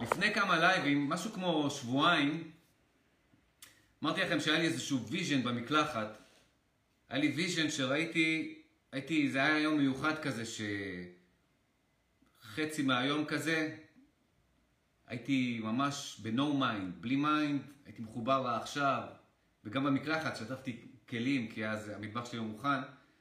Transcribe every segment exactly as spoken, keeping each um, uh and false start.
לפני כמה לייבים, משהו כמו שבועיים, אמרתי לכם שהיה לי איזשהו ויז'ן במקלחת. היה לי ויז'ן שראיתי, הייתי, זה היה יום מיוחד כזה, שחצי מהיום כזה, הייתי ממש ב-no mind, בלי מיינד, הייתי מחובר לעכשיו, וגם במקלחת שטפתי כלים, כי אז המטבח שלי לא מוכן,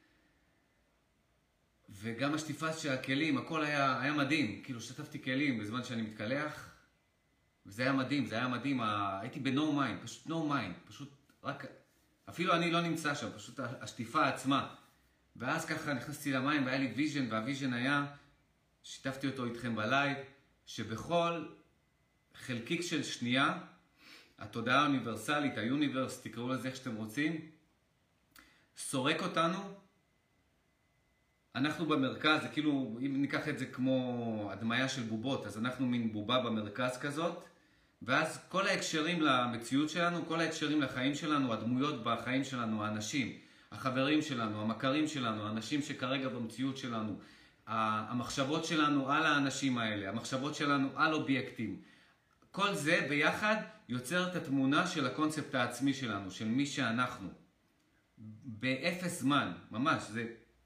וגם השטיפה של הכלים, הכל היה, היה מדהים, כאילו שטפתי כלים בזמן שאני מתקלח, וזה היה מדהים, זה היה מדהים, הייתי ב-no mind, פשוט no mind, פשוט רק, אפילו אני לא נמצא שם, פשוט השטיפה עצמה. ואז ככה נכנסתי למים והיה לי ויז'ן, והוויז'ן היה, שיתפתי אותו איתכם בלייב, שבכל חלקיק של שנייה, התודעה האוניברסלית, היוניברס, תקראו לזה איך שאתם רוצים, סורק אותנו, אנחנו במרכז, זה כאילו, אם ניקח את זה כמו הדמיה של בובות, אז אנחנו מין בובה במרכז כזאת, ואז כל ההקשרים למציאות שלנו, כל ההקשרים לחיים שלנו, הדמויות בחיים שלנו, האנשים, החברים שלנו, המכרים שלנו, האנשים שכרגע במציאות שלנו, המחשבות שלנו על האנשים האלה, המחשבות שלנו על אובייקטים, כל זה ביחד יוצר את התמונה של הקונספט העצמי שלנו, של מי שאנחנו. באפס זמן, ממש, זה...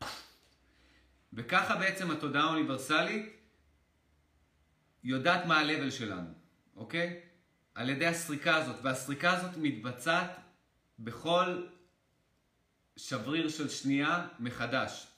וככה בעצם התודעה האוניברסלית יודעת מה הלבל שלנו, אוקיי? על ידי הסריקה הזאת, והסריקה הזאת מתבצעת בכל שבריר של שנייה מחדש.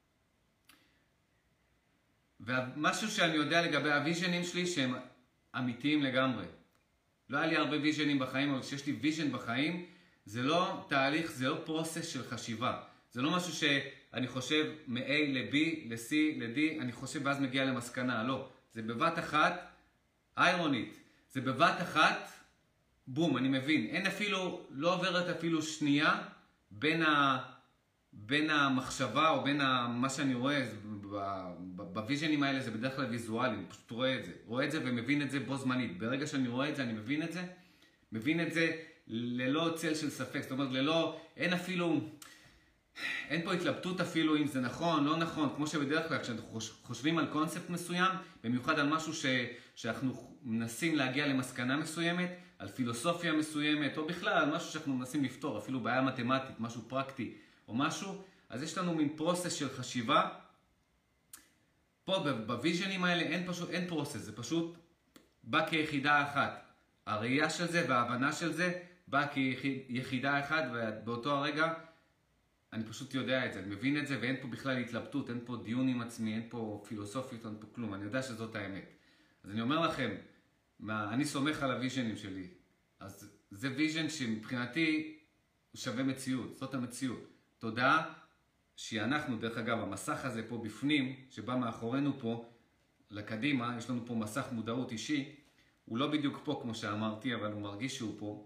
ומשהו שאני יודע לגבי הוויז'נים שלי שהם אמיתיים לגמרי. לא היה לי הרבה ויז'נים בחיים, אבל כשיש לי ויז'ן בחיים, זה לא תהליך, זה לא פרוסס של חשיבה. זה לא משהו שאני חושב מ-A ל-B, ל-C, ל-D, אני חושב ואז מגיע למסקנה. לא, זה בבת אחת, איירונית, זה בבת אחת, בום, אני מבין. אין אפילו, לא עוברת אפילו שנייה בין, ה, בין המחשבה או בין ה, מה שאני רואה, בוויז'נים האלה זה בדרך כלל ויזואלי, אני פשוט רואה את זה. רואה את זה ומבין את זה בו זמנית. ברגע שאני רואה את זה, אני מבין את זה, מבין את זה ללא צל של ספק. זאת אומרת, ללא, אין אפילו... אין פה התלבטות אפילו אם זה נכון, לא נכון, כמו שבדרך כלל כשאנחנו חושבים על קונספט מסוים, במיוחד על משהו ש, שאנחנו מנסים להגיע למסקנה מסוימת, על פילוסופיה מסוימת, או בכלל על משהו שאנחנו מנסים לפתור, אפילו בעיה מתמטית, משהו פרקטי או משהו, אז יש לנו מין פרוסס של חשיבה. פה בוויז'נים האלה אין, פשוט, אין פרוסס, זה פשוט בא כיחידה אחת. הראייה של זה וההבנה של זה בא כיחידה אחת, ובאותו הרגע אני פשוט יודע את זה, אני מבין את זה, ואין פה בכלל התלבטות, אין פה דיון עם עצמי, אין פה פילוסופיות, אין פה כלום, אני יודע שזאת האמת. אז אני אומר לכם, מה, אני סומך על הוויז'נים שלי, אז זה ויז'ן שמבחינתי הוא שווה מציאות, זאת המציאות. תודעה שאנחנו, דרך אגב, המסך הזה פה בפנים, שבא מאחורינו פה, לקדימה, יש לנו פה מסך מודעות אישי, הוא לא בדיוק פה כמו שאמרתי, אבל הוא מרגיש שהוא פה.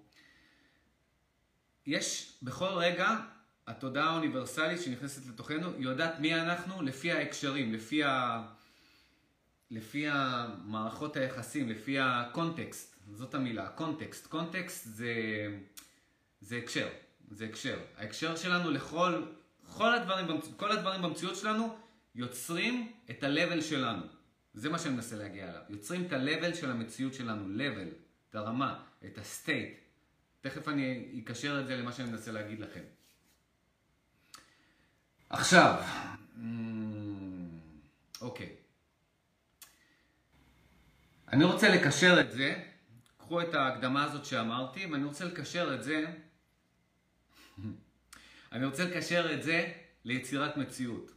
יש בכל רגע, התודעה האוניברסלית שנכנסת לתוכנו, היא יודעת מי אנחנו לפי ההקשרים, לפי, ה... לפי המערכות היחסים, לפי הקונטקסט, זאת המילה, קונטקסט. קונטקסט זה, זה הקשר, זה הקשר. ההקשר שלנו לכל, כל הדברים, כל הדברים במציאות שלנו יוצרים את ה-level שלנו. זה מה שאני מנסה להגיע אליו. יוצרים את ה-level של המציאות שלנו, level, את הרמה, את ה-state. תכף אני אקשר את זה למה שאני מנסה להגיד לכם. עכשיו, אוקיי. אני רוצה לקשר את זה, קחו את ההקדמה הזאת שאמרתי, ואני רוצה לקשר את זה, אני רוצה לקשר את זה ליצירת מציאות.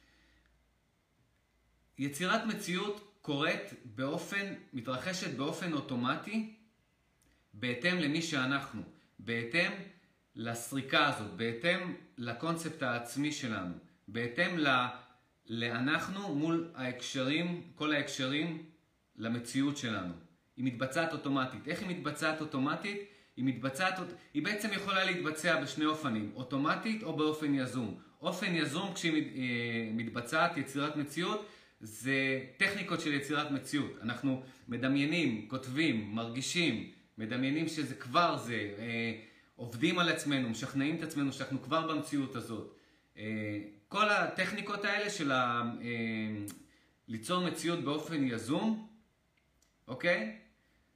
יצירת מציאות קורית באופן, מתרחשת באופן אוטומטי, בהתאם למי שאנחנו, בהתאם לסריקה הזאת, בהתאם לקונספט העצמי שלנו, בהתאם ל... לאנחנו מול ההקשרים, כל ההקשרים למציאות שלנו. היא מתבצעת אוטומטית. איך היא מתבצעת אוטומטית? היא מתבצעת, היא בעצם יכולה להתבצע בשני אופנים, אוטומטית או באופן יזום. אופן יזום כשהיא מתבצעת יצירת מציאות, זה טכניקות של יצירת מציאות. אנחנו מדמיינים, כותבים, מרגישים, מדמיינים שזה כבר זה, עובדים על עצמנו, משכנעים את עצמנו שאנחנו כבר במציאות הזאת. כל הטכניקות האלה של ה... ליצור מציאות באופן יזום, אוקיי?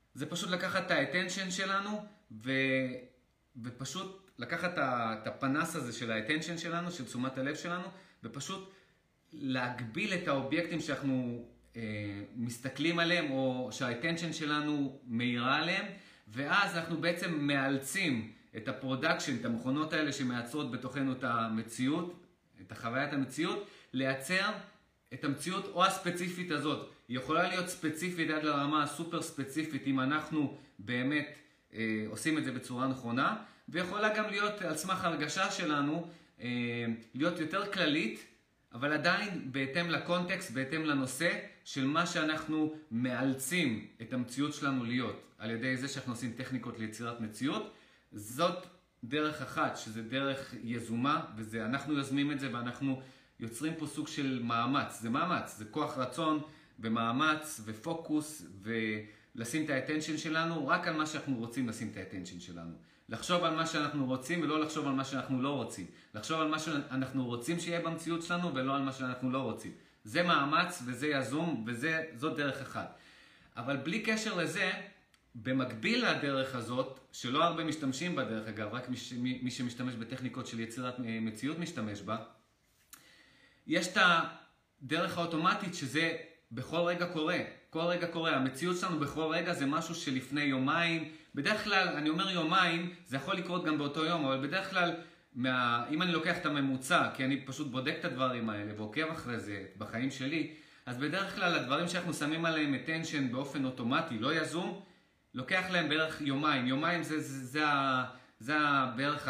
זה פשוט לקחת את ה-attention שלנו, ו... ופשוט לקחת את הפנס הזה של ה-attention שלנו, של תשומת הלב שלנו, ופשוט להגביל את האובייקטים שאנחנו אה, מסתכלים עליהם, או שה-attention שלנו מאירה עליהם, ואז אנחנו בעצם מאלצים את הפרודקשן, את המכונות האלה שמייצרות בתוכנו את המציאות, את החוויית המציאות, לייצר את המציאות או הספציפית הזאת. היא יכולה להיות ספציפית עד לרמה הסופר ספציפית, אם אנחנו באמת אה, עושים את זה בצורה נכונה, ויכולה גם להיות על סמך הרגשה שלנו, אה, להיות יותר כללית, אבל עדיין בהתאם לקונטקסט, בהתאם לנושא של מה שאנחנו מאלצים את המציאות שלנו להיות, על ידי זה שאנחנו עושים טכניקות ליצירת מציאות. זאת דרך אחת, שזה דרך יזומה, וזה אנחנו יוזמים את זה, ואנחנו יוצרים פה סוג של מאמץ. זה מאמץ, זה כוח רצון ומאמץ ופוקוס, ולשים את האטנשן שלנו רק על מה שאנחנו רוצים לשים את האטנשן שלנו. לחשוב על מה שאנחנו רוצים ולא לחשוב על מה שאנחנו לא רוצים. לחשוב על מה שאנחנו רוצים שיהיה במציאות שלנו ולא על מה שאנחנו לא רוצים. זה מאמץ וזה יזום וזאת דרך אחת. אבל בלי קשר לזה, במקביל לדרך הזאת, שלא הרבה משתמשים בה דרך אגב, רק מי, מי שמשתמש בטכניקות של יצירת מציאות משתמש בה, יש את הדרך האוטומטית שזה בכל רגע קורה. כל רגע קורה. המציאות שלנו בכל רגע זה משהו שלפני יומיים. בדרך כלל, אני אומר יומיים, זה יכול לקרות גם באותו יום, אבל בדרך כלל, מה, אם אני לוקח את הממוצע, כי אני פשוט בודק את הדברים האלה ועוקב אחרי זה בחיים שלי, אז בדרך כלל הדברים שאנחנו שמים עליהם attention באופן אוטומטי, לא יזום, לוקח להם בערך יומיים. יומיים זה, זה, זה, זה, זה בערך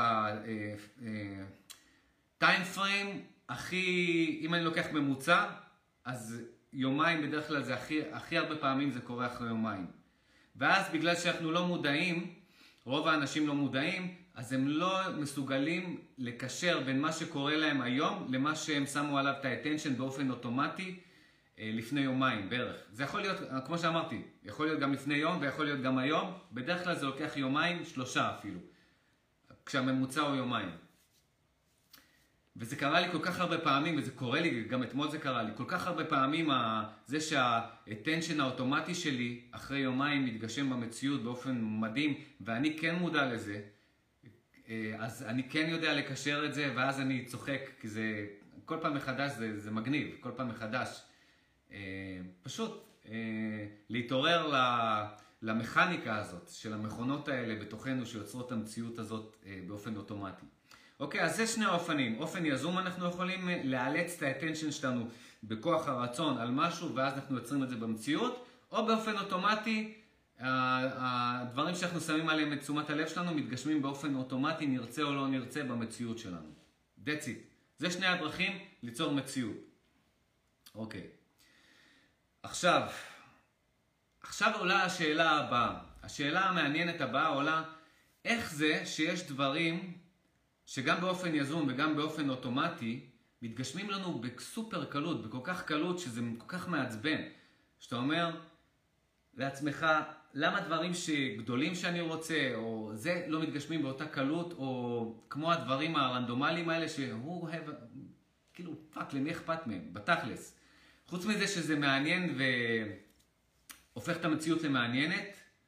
ה-time frame הכי, אם אני לוקח ממוצע, אז יומיים בדרך כלל זה הכי, הכי הרבה פעמים זה קורה אחרי יומיים. ואז בגלל שאנחנו לא מודעים, רוב האנשים לא מודעים, אז הם לא מסוגלים לקשר בין מה שקורה להם היום למה שהם שמו עליו את ה-attention באופן אוטומטי לפני יומיים בערך. זה יכול להיות, כמו שאמרתי, יכול להיות גם לפני יום ויכול להיות גם היום. בדרך כלל זה לוקח יומיים, שלושה אפילו, כשהממוצע הוא יומיים. וזה קרה לי כל כך הרבה פעמים, וזה קורה לי, גם אתמול זה קרה לי, כל כך הרבה פעמים זה שה-attention האוטומטי שלי אחרי יומיים מתגשם במציאות באופן מדהים, ואני כן מודע לזה, אז אני כן יודע לקשר את זה, ואז אני צוחק, כי זה, כל פעם מחדש זה, זה מגניב, כל פעם מחדש. פשוט להתעורר למכניקה הזאת של המכונות האלה בתוכנו שיוצרות את המציאות הזאת באופן אוטומטי. אוקיי, אז זה שני האופנים. אופן יזום אנחנו יכולים לאלץ את האטנשן שלנו בכוח הרצון על משהו, ואז אנחנו יוצרים את זה במציאות, או באופן אוטומטי, הדברים שאנחנו שמים עליהם את תשומת הלב שלנו מתגשמים באופן אוטומטי, נרצה או לא נרצה, במציאות שלנו. That's it. זה שני הדרכים ליצור מציאות. אוקיי. עכשיו, עכשיו עולה השאלה הבאה. השאלה המעניינת הבאה עולה, איך זה שיש דברים שגם באופן יזום וגם באופן אוטומטי מתגשמים לנו בסופר קלות, בכל כך קלות שזה כל כך מעצבן. שאתה אומר לעצמך, למה דברים שגדולים שאני רוצה, או זה לא מתגשמים באותה קלות, או כמו הדברים הרנדומליים האלה שהוא, כאילו, פאק, למי אכפת מהם, בתכלס. חוץ מזה שזה מעניין והופך את המציאות למעניינת,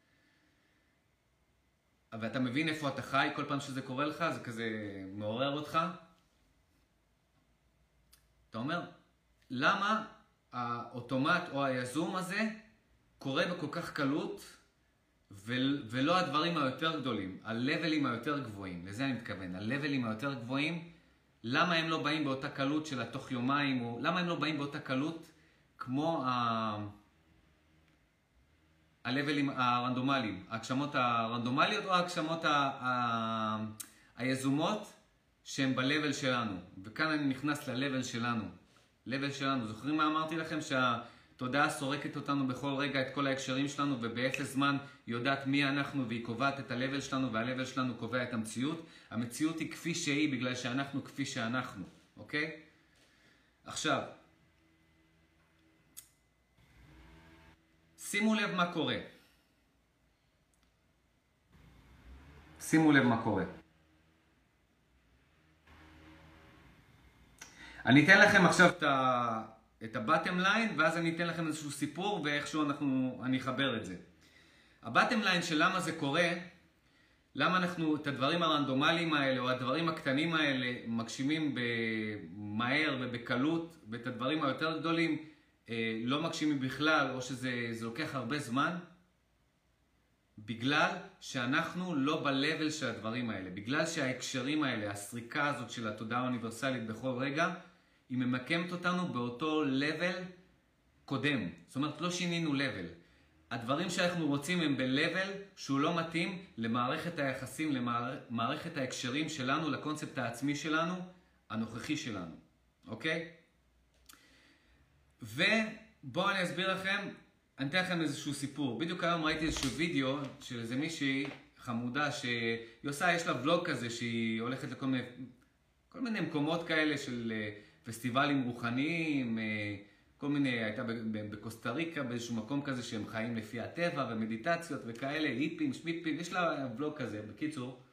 ואתה מבין איפה אתה חי, כל פעם שזה קורה לך, זה כזה מעורר אותך. אתה אומר, למה האוטומט או היזום הזה קורה בכל כך קלות, ולא הדברים היותר גדולים, הלבלים היותר גבוהים, לזה אני מתכוון, הלבלים היותר גבוהים, למה הם לא באים באותה קלות של התוך יומיים, או למה הם לא באים באותה קלות כמו ה... הלבלים הרנדומליים, ההגשמות הרנדומליות או ההגשמות ה... ה... היזומות שהן בלבל שלנו. וכאן אני נכנס ללבל שלנו. לבל שלנו. זוכרים מה אמרתי לכם? שהתודעה סורקת אותנו בכל רגע את כל ההקשרים שלנו, ובאפס זמן היא יודעת מי אנחנו והיא קובעת את הלבל שלנו, והלבל שלנו קובע את המציאות. המציאות היא כפי שהיא בגלל שאנחנו כפי שאנחנו. אוקיי? עכשיו, שימו לב מה קורה. שימו לב מה קורה. אני אתן לכם עכשיו את ה... את ה-bottom line, ואז אני אתן לכם איזשהו סיפור, ואיכשהו אנחנו... אני אחבר את זה. הבטם ליין של למה זה קורה, למה אנחנו את הדברים הרנדומליים האלה, או הדברים הקטנים האלה, מגשימים במהר ובקלות, ואת הדברים היותר גדולים לא מגשימים בכלל, או שזה זה לוקח הרבה זמן, בגלל שאנחנו לא ב-level של הדברים האלה, בגלל שההקשרים האלה, הסריקה הזאת של התודעה האוניברסלית בכל רגע, היא ממקמת אותנו באותו level קודם. זאת אומרת, לא שינינו level. הדברים שאנחנו רוצים הם ב-level שהוא לא מתאים למערכת היחסים, למערכת ההקשרים שלנו, לקונספט העצמי שלנו, הנוכחי שלנו. אוקיי? ובואו אני אסביר לכם, אני אתן לכם איזשהו סיפור. בדיוק היום ראיתי איזשהו וידאו של איזה מישהי חמודה שהיא עושה, יש לה ולוג כזה שהיא הולכת לכל מיני, כל מיני מקומות כאלה של פסטיבלים רוחניים, כל מיני, הייתה בקוסטה ריקה באיזשהו מקום כזה שהם חיים לפי הטבע ומדיטציות וכאלה, היפים, שמיפים, יש לה ולוג כזה, בקיצור.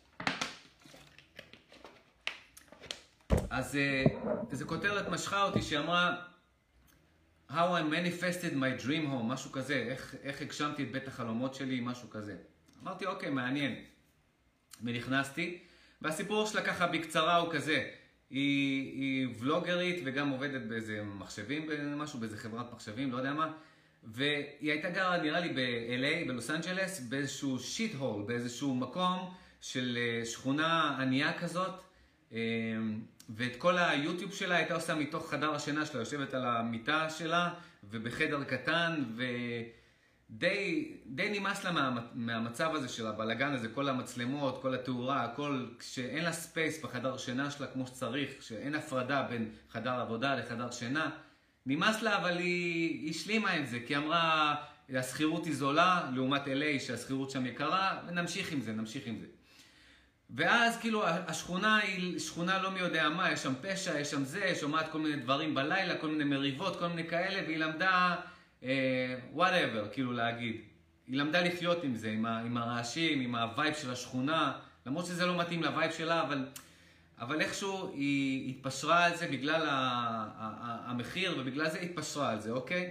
אז איזו כותרת משכה אותי שאמרה, How I manifested my dream home, משהו כזה, איך, איך הגשמתי את בית החלומות שלי, משהו כזה. אמרתי, אוקיי, מעניין. ונכנסתי, והסיפור שלה ככה בקצרה הוא כזה, היא, היא ולוגרית וגם עובדת באיזה מחשבים, משהו, באיזה חברת מחשבים, לא יודע מה, והיא הייתה גרה, נראה לי, ב-אל איי, בלוס אנג'לס, באיזשהו שיט הול, באיזשהו מקום של שכונה ענייה כזאת, ואת כל היוטיוב שלה הייתה עושה מתוך חדר השינה שלה, יושבת על המיטה שלה, ובחדר קטן, ודי די נמאס לה מה, מהמצב הזה של הבלגן הזה, כל המצלמות, כל התאורה, הכל, כשאין לה ספייס בחדר השינה שלה כמו שצריך, כשאין הפרדה בין חדר עבודה לחדר שינה, נמאס לה, אבל היא, היא השלימה עם זה, כי אמרה, הסחירות היא זולה, לעומת אל איי, שהסחירות שם יקרה, ונמשיך עם זה, נמשיך עם זה. ואז כאילו השכונה היא שכונה לא מי יודע מה, יש שם פשע, יש שם זה, שומעת כל מיני דברים בלילה, כל מיני מריבות, כל מיני כאלה, והיא למדה אה, whatever, כאילו להגיד. היא למדה לחיות עם זה, עם, ה, עם הרעשים, עם הווייב של השכונה, למרות שזה לא מתאים לווייב שלה, אבל, אבל איכשהו היא התפשרה על זה בגלל ה, ה, ה, המחיר, ובגלל זה היא התפשרה על זה, אוקיי?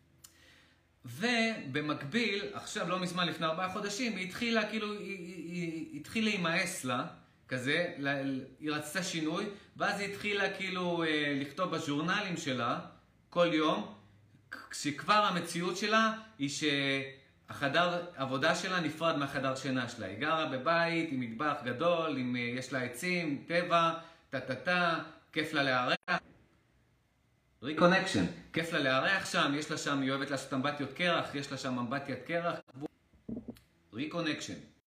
ובמקביל, עכשיו לא מזמן לפני ארבעה חודשים, היא התחילה כאילו, היא, היא, היא התחילה להימאס לה, כזה, היא רצתה שינוי, ואז היא התחילה כאילו לכתוב בז'ורנלים שלה, כל יום, כשכבר המציאות שלה היא שהחדר עבודה שלה נפרד מהחדר שינה שלה. היא גרה בבית עם מטבח גדול, עם, יש לה עצים, טבע, טה-טה-טה, כיף לה להרח. ריקונקשן, כיף לה להרח שם, יש לה שם, היא אוהבת לעשות אמבטיות קרח, יש לה שם אמבטיית קרח. ריקונקשן.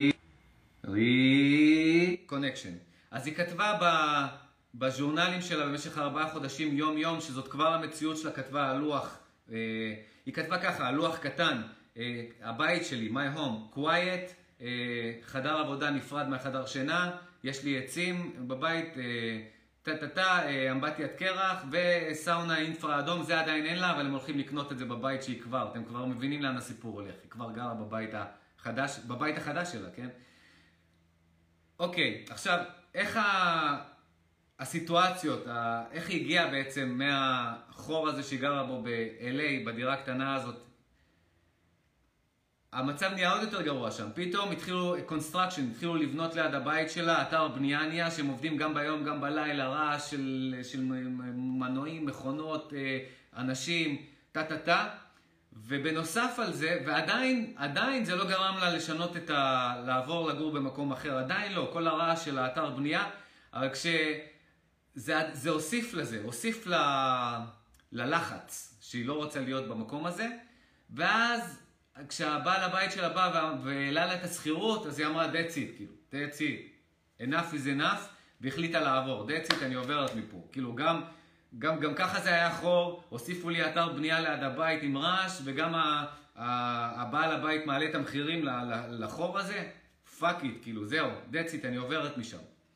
ריקונקשן. אז היא כתבה ב, בז'ורנלים שלה במשך ארבעה חודשים יום יום, שזאת כבר המציאות שלה, כתבה על לוח. אה, היא כתבה ככה, על לוח קטן, אה, הבית שלי, my home, quiet, אה, חדר עבודה נפרד מהחדר שינה, יש לי עצים בבית, אה, טה-טה-טה, אמבטיית קרח וסאונה אינפרה אדום, זה עדיין אין לה, אבל הם הולכים לקנות את זה בבית שהיא כבר, אתם כבר מבינים לאן הסיפור הולך, היא כבר גרה בבית החדש, בבית החדש שלה, כן? אוקיי, עכשיו, איך ה... הסיטואציות, ה... איך היא הגיעה בעצם מהחור הזה שהיא גרה בו ב-אל איי, בדירה הקטנה הזאת, המצב נהיה עוד יותר גרוע שם. פתאום התחילו קונסטרקשן, התחילו לבנות ליד הבית שלה, אתר בנייה נהיה, שהם עובדים גם ביום, גם בלילה, רעש של, של מנועים, מכונות, אנשים, טה-טה-טה. ובנוסף על זה, ועדיין, עדיין זה לא גרם לה לשנות את ה... לעבור לגור במקום אחר, עדיין לא, כל הרעש של האתר בנייה, אבל כשזה זה הוסיף לזה, הוסיף ל... ללחץ, שהיא לא רוצה להיות במקום הזה, ואז כשהבעל הבית שלה בא והעלה לה את הסחירות, אז היא אמרה, that's it, כאילו, that's it, enough is enough, והחליטה לעבור, that's it, אני עוברת מפה. כאילו, גם, גם, גם ככה זה היה חור, הוסיפו לי אתר בנייה ליד הבית עם רעש, וגם ה, ה, הבעל הבית מעלה את המחירים לחור הזה, fuck it, כאילו, זהו, that's it, אני עוברת משם.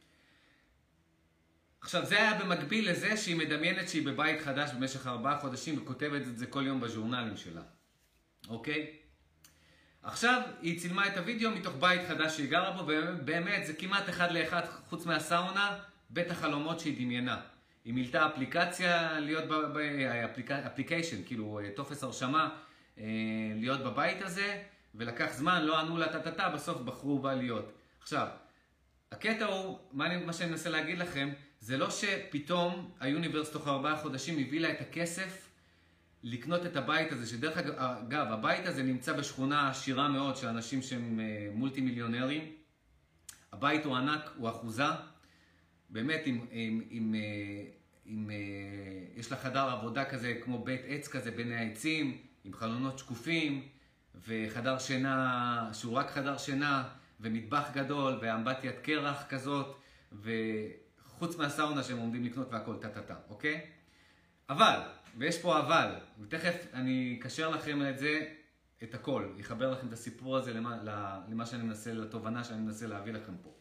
עכשיו, זה היה במקביל לזה שהיא מדמיינת שהיא בבית חדש במשך ארבעה חודשים, וכותבת את זה כל יום בז'ורנלים שלה. אוקיי? עכשיו היא צילמה את הוידאו מתוך בית חדש שהיא גרה בו, ובאמת זה כמעט אחד לאחד, חוץ מהסאונה, בית החלומות שהיא דמיינה. היא מילתה אפליקציה, להיות באפליקיישן, כאילו תופס הרשמה, להיות בבית הזה, ולקח זמן, לא ענו לה טה-טה-טה, בסוף בחרו בה להיות. עכשיו, הקטע הוא, מה, אני, מה שאני מנסה להגיד לכם, זה לא שפתאום היוניברס תוך ארבעה חודשים הביא לה את הכסף לקנות את הבית הזה, שדרך אגב, הבית הזה נמצא בשכונה עשירה מאוד של אנשים שהם מולטי מיליונרים. הבית הוא ענק, הוא אחוזה, באמת עם, עם, עם, עם, יש לה חדר עבודה כזה כמו בית עץ כזה בין העצים, עם חלונות שקופים, וחדר שינה שהוא רק חדר שינה, ומטבח גדול, ואמבטיית קרח כזאת, וחוץ מהסאונה שהם עומדים לקנות והכל טה-טה-טה, אוקיי? אבל, ויש פה אבל, ותכף אני אקשר לכם את זה, את הכל, יחבר לכם את הסיפור הזה למה, למה שאני מנסה, לתובנה שאני מנסה להביא לכם פה.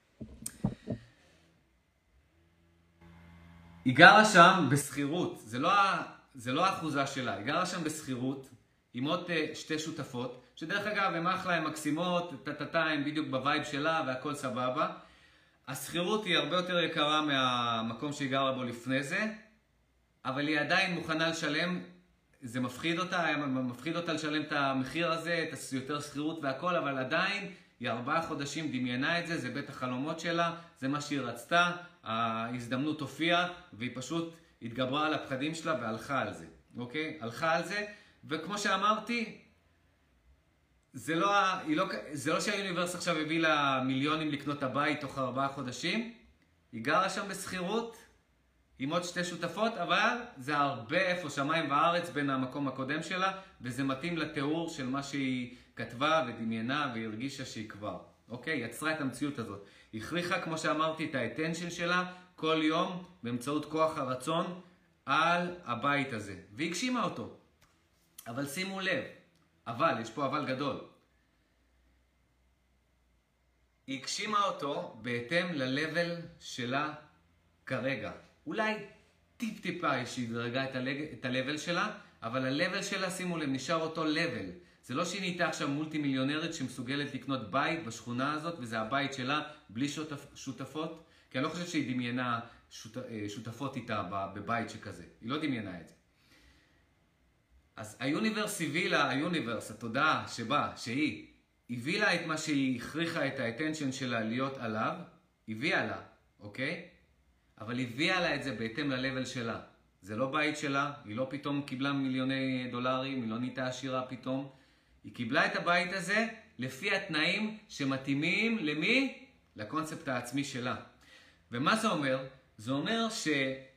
היא גרה שם בסחירות, זה לא, זה לא האחוזה שלה, היא גרה שם בסחירות, עם עוד שתי שותפות, שדרך אגב, הם אחלה, הם מקסימות, טה-טה-טה, הם בדיוק בווייב שלה והכל סבבה. הסחירות היא הרבה יותר יקרה מהמקום שהיא גרה בו לפני זה, אבל היא עדיין מוכנה לשלם, זה מפחיד אותה, היה מפחיד אותה לשלם את המחיר הזה, את יותר סחירות והכל, אבל עדיין היא ארבעה חודשים דמיינה את זה, זה בית החלומות שלה, זה מה שהיא רצתה, ההזדמנות הופיעה, והיא פשוט התגברה על הפחדים שלה והלכה על זה, אוקיי? הלכה על זה, וכמו שאמרתי, זה לא, לא, זה לא שהאוניברס עכשיו הביא לה מיליונים לקנות את הבית תוך ארבעה חודשים. היא גרה שם בסחירות עם עוד שתי שותפות, אבל זה הרבה איפה שמיים וארץ בין המקום הקודם שלה, וזה מתאים לתיאור של מה שהיא כתבה ודמיינה והרגישה שהיא כבר. אוקיי? יצרה את המציאות הזאת. היא הכריחה, כמו שאמרתי, את האטנשן שלה כל יום באמצעות כוח הרצון על הבית הזה. והיא הגשימה אותו. אבל שימו לב, אבל, יש פה אבל גדול. היא הגשימה אותו בהתאם ללבל שלה כרגע. אולי טיפ טיפה היא דרגה את הלבל שלה, אבל הלבל שלה, שימו לב, נשאר אותו לבל. זה לא שהיא נהייתה עכשיו מולטי מיליונרית שמסוגלת לקנות בית בשכונה הזאת, וזה הבית שלה בלי שותפ, שותפות, כי אני לא חושב שהיא דמיינה שות, שותפות איתה בבית שכזה. היא לא דמיינה את זה. אז היוניברס הביא לה, היוניברס, התודעה שבה, שהיא, הביא לה את מה שהיא הכריחה את האטנשן שלה להיות עליו, הביאה לה, אוקיי? אבל הביאה לה את זה בהתאם ללבל שלה. זה לא בית שלה, היא לא פתאום קיבלה מיליוני דולרים, היא לא נהייתה עשירה פתאום. היא קיבלה את הבית הזה לפי התנאים שמתאימים למי? לקונספט העצמי שלה. ומה זה אומר? זה אומר ש...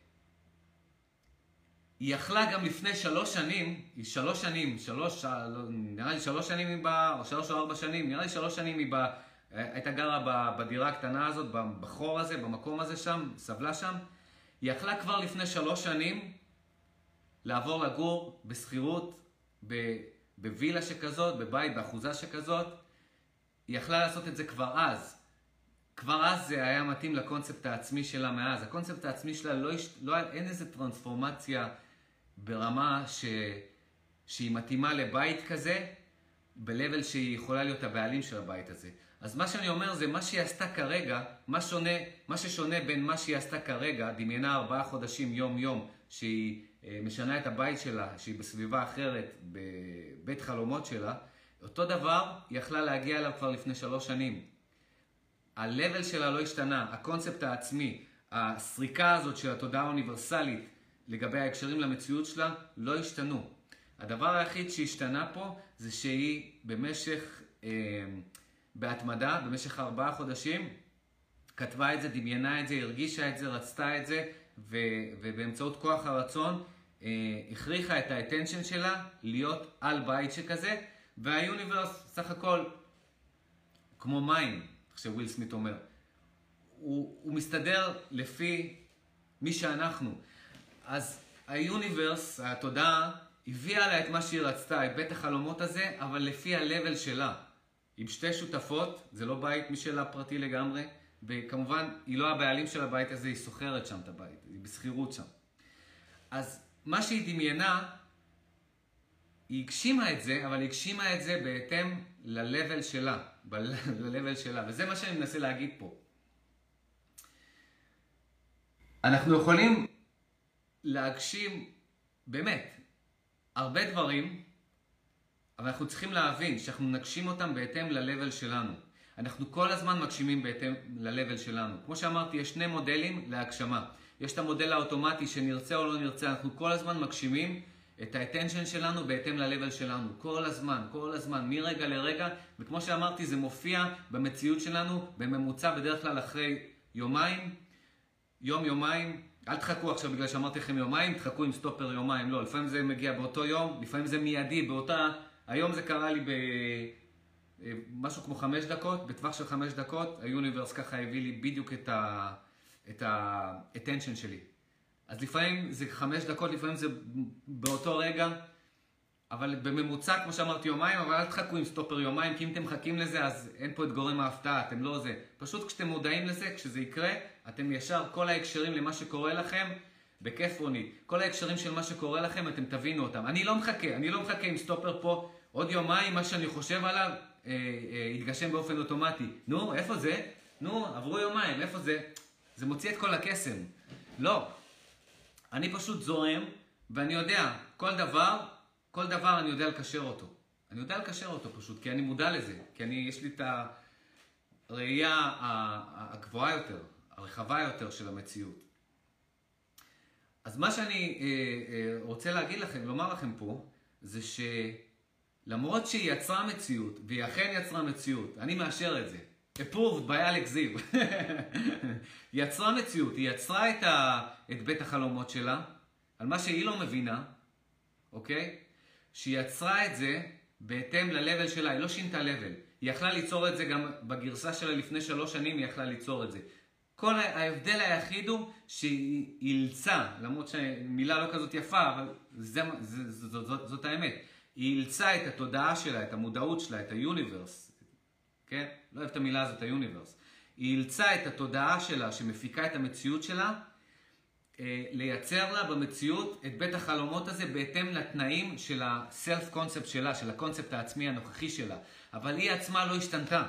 היא יכלה גם לפני שלוש שנים, היא שלוש שנים, שלוש, נראה לי שלוש שנים היא באה, או שלוש או ארבע שנים, נראה לי שלוש שנים היא באה, הייתה גרה בדירה הקטנה הזאת, בחור הזה, במקום הזה שם, סבלה שם. היא יכלה כבר לפני שלוש שנים לעבור לגור בסחירות, בווילה שכזאת, בבית, באחוזה שכזאת. היא יכלה לעשות את זה כבר אז. כבר אז זה היה מתאים לקונספט העצמי שלה מאז. הקונספט העצמי שלה לא, לא אין איזה טרנספורמציה ברמה ש, שהיא מתאימה לבית כזה, בלבל שהיא יכולה להיות הבעלים של הבית הזה. אז מה שאני אומר זה מה שהיא עשתה כרגע, מה, שונה, מה ששונה בין מה שהיא עשתה כרגע, דמיינה ארבעה חודשים יום יום, שהיא משנה את הבית שלה, שהיא בסביבה אחרת, בבית חלומות שלה, אותו דבר היא יכלה להגיע אליו כבר לפני שלוש שנים. הלבל שלה לא השתנה, הקונספט העצמי, הסריקה הזאת של התודעה האוניברסלית לגבי ההקשרים למציאות שלה לא השתנו. הדבר היחיד שהשתנה פה זה שהיא במשך, אה, בהתמדה, במשך ארבעה חודשים, כתבה את זה, דמיינה את זה, הרגישה את זה, רצתה את זה, ו, ובאמצעות כוח הרצון אה, הכריחה את האטנשן שלה להיות על בית שכזה, והיוניברס סך הכל כמו מים. שוויל סמית אומר, הוא, הוא מסתדר לפי מי שאנחנו. אז היוניברס, התודעה, הביאה לה את מה שהיא רצתה, את בית החלומות הזה, אבל לפי הלבל שלה. עם שתי שותפות, זה לא בית משלה פרטי לגמרי, וכמובן, היא לא הבעלים של הבית הזה, היא סוחרת שם את הבית, היא בסחירות שם. אז מה שהיא דמיינה, היא הגשימה את זה, אבל היא הגשימה את זה בהתאם ללבל שלה. ב-level שלה, וזה מה שאני מנסה להגיד פה. אנחנו יכולים להגשים באמת הרבה דברים, אבל אנחנו צריכים להבין שאנחנו נגשים אותם בהתאם ל-level שלנו. אנחנו כל הזמן מגשימים בהתאם ל-level שלנו. כמו שאמרתי, יש שני מודלים להגשמה. יש את המודל האוטומטי שנרצה או לא נרצה, אנחנו כל הזמן מגשימים את ה-attention שלנו בהתאם ל-level שלנו. כל הזמן, כל הזמן, מרגע לרגע. וכמו שאמרתי, זה מופיע במציאות שלנו, בממוצע בדרך כלל אחרי יומיים, יום, יומיים. אל תחכו עכשיו בגלל שאמרתי לכם יומיים, תחכו עם סטופר יומיים. לא, לפעמים זה מגיע באותו יום, לפעמים זה מיידי, באותה... היום זה קרה לי במשהו כמו חמש דקות, בטווח של חמש דקות, היוניברס ככה הביא לי בדיוק את ה... את ה-attention שלי. אז לפעמים זה חמש דקות, לפעמים זה באותו רגע, אבל בממוצע, כמו שאמרתי, יומיים, אבל אל תחכו עם סטופר יומיים, כי אם אתם מחכים לזה, אז אין פה את גורם ההפתעה, אתם לא זה. פשוט כשאתם מודעים לזה, כשזה יקרה, אתם ישר, כל ההקשרים למה שקורה לכם, בכיף רוני, כל ההקשרים של מה שקורה לכם, אתם תבינו אותם. אני לא מחכה, אני לא מחכה עם סטופר פה, עוד יומיים, מה שאני חושב עליו, אה, אה, יתגשם באופן אוטומטי. נו, איפה זה? נו, עברו יומיים, איפה זה? זה מוציא את כל הקסם. לא. אני פשוט זורם, ואני יודע, כל דבר, כל דבר אני יודע לקשר אותו. אני יודע לקשר אותו פשוט, כי אני מודע לזה. כי אני, יש לי את הראייה הגבוהה יותר, הרחבה יותר של המציאות. אז מה שאני אה, אה, רוצה להגיד לכם, לומר לכם פה, זה שלמרות שהיא יצרה מציאות, והיא אכן יצרה מציאות, אני מאשר את זה. approved by Alex Ziv. היא יצרה מציאות, היא יצרה את, ה, את בית החלומות שלה, על מה שהיא לא מבינה, אוקיי? שהיא יצרה את זה בהתאם ל-level שלה, היא לא שינתה level. היא יכלה ליצור את זה גם בגרסה שלה לפני שלוש שנים, היא יכלה ליצור את זה. כל ההבדל היחיד הוא שהיא אילצה, למרות שמילה לא כזאת יפה, אבל זה, זה, זה, זאת, זאת, זאת האמת. היא אילצה את התודעה שלה, את המודעות שלה, את היוניברס, כן? לא אוהב את המילה הזאת, היוניברס. היא אילצה את התודעה שלה, שמפיקה את המציאות שלה, לייצר לה במציאות את בית החלומות הזה בהתאם לתנאים של ה-self concept שלה, של הקונספט העצמי הנוכחי שלה. אבל היא עצמה לא השתנתה.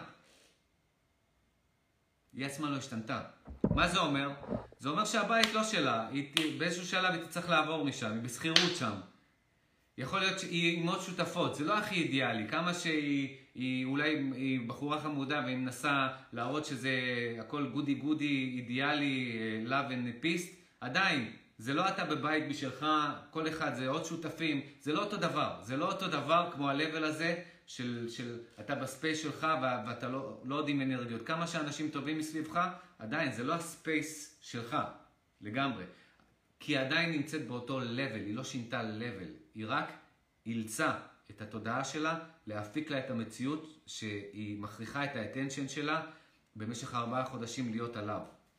היא עצמה לא השתנתה. מה זה אומר? זה אומר שהבית לא שלה, היא, באיזשהו שלב היא תצטרך לעבור משם, היא בסחירות שם. יכול להיות שהיא עם עוד שותפות, זה לא הכי אידיאלי, כמה שהיא היא, אולי היא בחורה חמודה והיא מנסה להראות שזה הכל גודי גודי, אידיאלי, love and peace, עדיין, זה לא אתה בבית בשבילך, כל אחד זה עוד שותפים, זה לא אותו דבר, זה לא אותו דבר כמו ה-level הזה של, של אתה בספייס שלך ואתה לא, לא עוד עם אנרגיות. כמה שאנשים טובים מסביבך, עדיין זה לא הספייס שלך, לגמרי. כי היא עדיין נמצאת באותו level, היא לא שינתה level, היא רק אילצה את התודעה שלה להפיק לה את המציאות שהיא מכריחה את האטנשן שלה במשך ארבעה חודשים להיות עליו.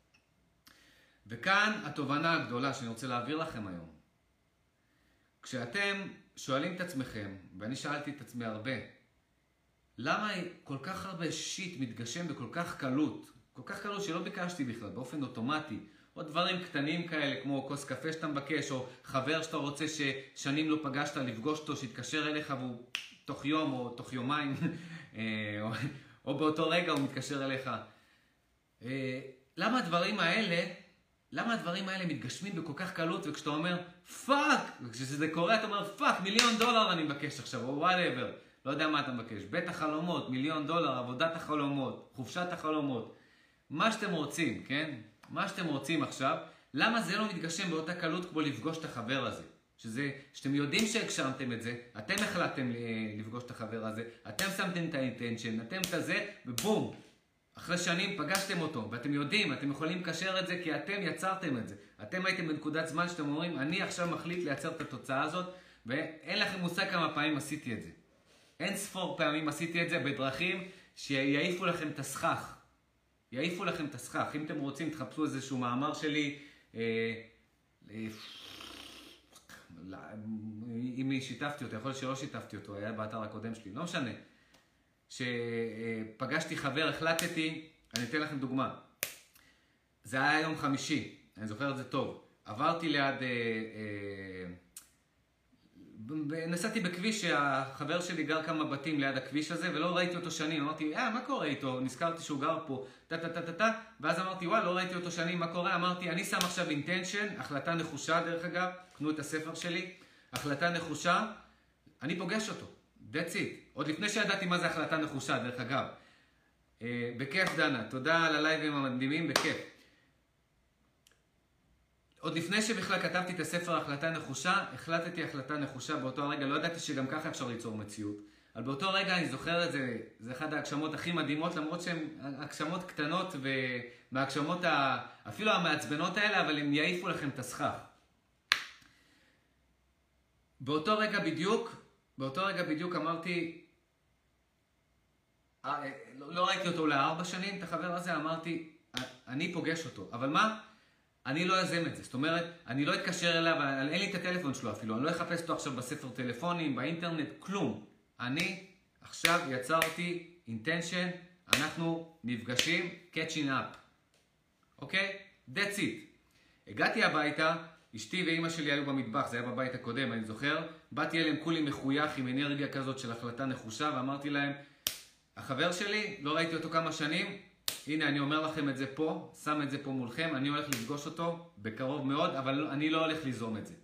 וכאן התובנה הגדולה שאני רוצה להעביר לכם היום. כשאתם שואלים את עצמכם, ואני שאלתי את עצמי הרבה, למה כל כך הרבה שיט מתגשם בכל כך קלות? כל כך קלות שלא ביקשתי בכלל, באופן אוטומטי. או דברים קטנים כאלה, כמו כוס קפה שאתה מבקש, או חבר שאתה רוצה ששנים לא פגשת, לפגוש אותו, שיתקשר אליך והוא תוך יום או תוך יומיים, או, או באותו רגע הוא מתקשר אליך. למה הדברים האלה, למה הדברים האלה מתגשמים בכל כך קלות, וכשאתה אומר פאק, וכשזה קורה אתה אומר פאק, מיליון דולר אני מבקש עכשיו, או whatever, לא יודע מה אתה מבקש, בית החלומות, מיליון דולר, עבודת החלומות, חופשת החלומות, מה שאתם רוצים, כן? מה שאתם רוצים עכשיו, למה זה לא מתגשם באותה קלות כמו לפגוש את החבר הזה? שזה, שאתם יודעים שהגשמתם את זה, אתם החלטתם לפגוש את החבר הזה, אתם שמתם את האינטנשן, אתם את זה, ובום, אחרי שנים פגשתם אותו, ואתם יודעים, אתם יכולים לקשר את זה כי אתם יצרתם את זה. אתם הייתם בנקודת זמן שאתם אומרים, אני עכשיו מחליט לייצר את התוצאה הזאת, ואין לכם מושג כמה פעמים עשיתי את זה. אין ספור פעמים עשיתי את זה בדרכים שיעיפו לכם את הסכך. יעיפו לכם את הסכך. אם אתם רוצים, תחפשו איזשהו מאמר שלי, אה, אה, אם שיתפתי אותו, יכול להיות שלא שיתפתי אותו, היה באתר הקודם שלי, לא משנה. שפגשתי חבר, החלטתי, אני אתן לכם דוגמה. זה היה יום חמישי, אני זוכר את זה טוב. עברתי ליד, אה, אה, נסעתי בכביש שהחבר שלי גר כמה בתים ליד הכביש הזה, ולא ראיתי אותו שנים. אמרתי, אה, מה קורה איתו? נזכרתי שהוא גר פה, טה טה טה טה טה, ואז אמרתי, וואי, לא ראיתי אותו שנים, מה קורה? אמרתי, אני שם עכשיו אינטנשן, החלטה נחושה דרך אגב, קנו את הספר שלי, החלטה נחושה, אני פוגש אותו. That's it. עוד לפני שידעתי מה זה החלטה נחושה, דרך אגב. אה, בכיף דנה, תודה על הלייבים המדהימים, בכיף. עוד לפני שבכלל כתבתי את הספר החלטה נחושה, החלטתי החלטה נחושה באותו הרגע, לא ידעתי שגם ככה אפשר ליצור מציאות. אבל באותו רגע אני זוכר את זה, זה אחד ההגשמות הכי מדהימות, למרות שהן הגשמות קטנות ומההגשמות אפילו המעצבנות האלה, אבל הם יעיפו לכם את הסכך. באותו רגע בדיוק, באותו רגע בדיוק אמרתי, לא, לא ראיתי אותו לארבע שנים, את החבר הזה, אמרתי, אני פוגש אותו, אבל מה? אני לא אזם את זה, זאת אומרת, אני לא אתקשר אליו, אין לי את הטלפון שלו אפילו, אני לא אחפש אותו עכשיו בספר טלפונים, באינטרנט, כלום. אני עכשיו יצרתי intention, אנחנו נפגשים, catching up. אוקיי? That's it. הגעתי הביתה, אשתי ואימא שלי היו במטבח, זה היה בבית הקודם, אני זוכר. באתי אליהם כולי מחוייך עם אנרגיה כזאת של החלטה נחושה, ואמרתי להם, החבר שלי, לא ראיתי אותו כמה שנים, הנה אני אומר לכם את זה פה, שם את זה פה מולכם, אני הולך לפגוש אותו בקרוב מאוד, אבל אני לא הולך ליזום את זה.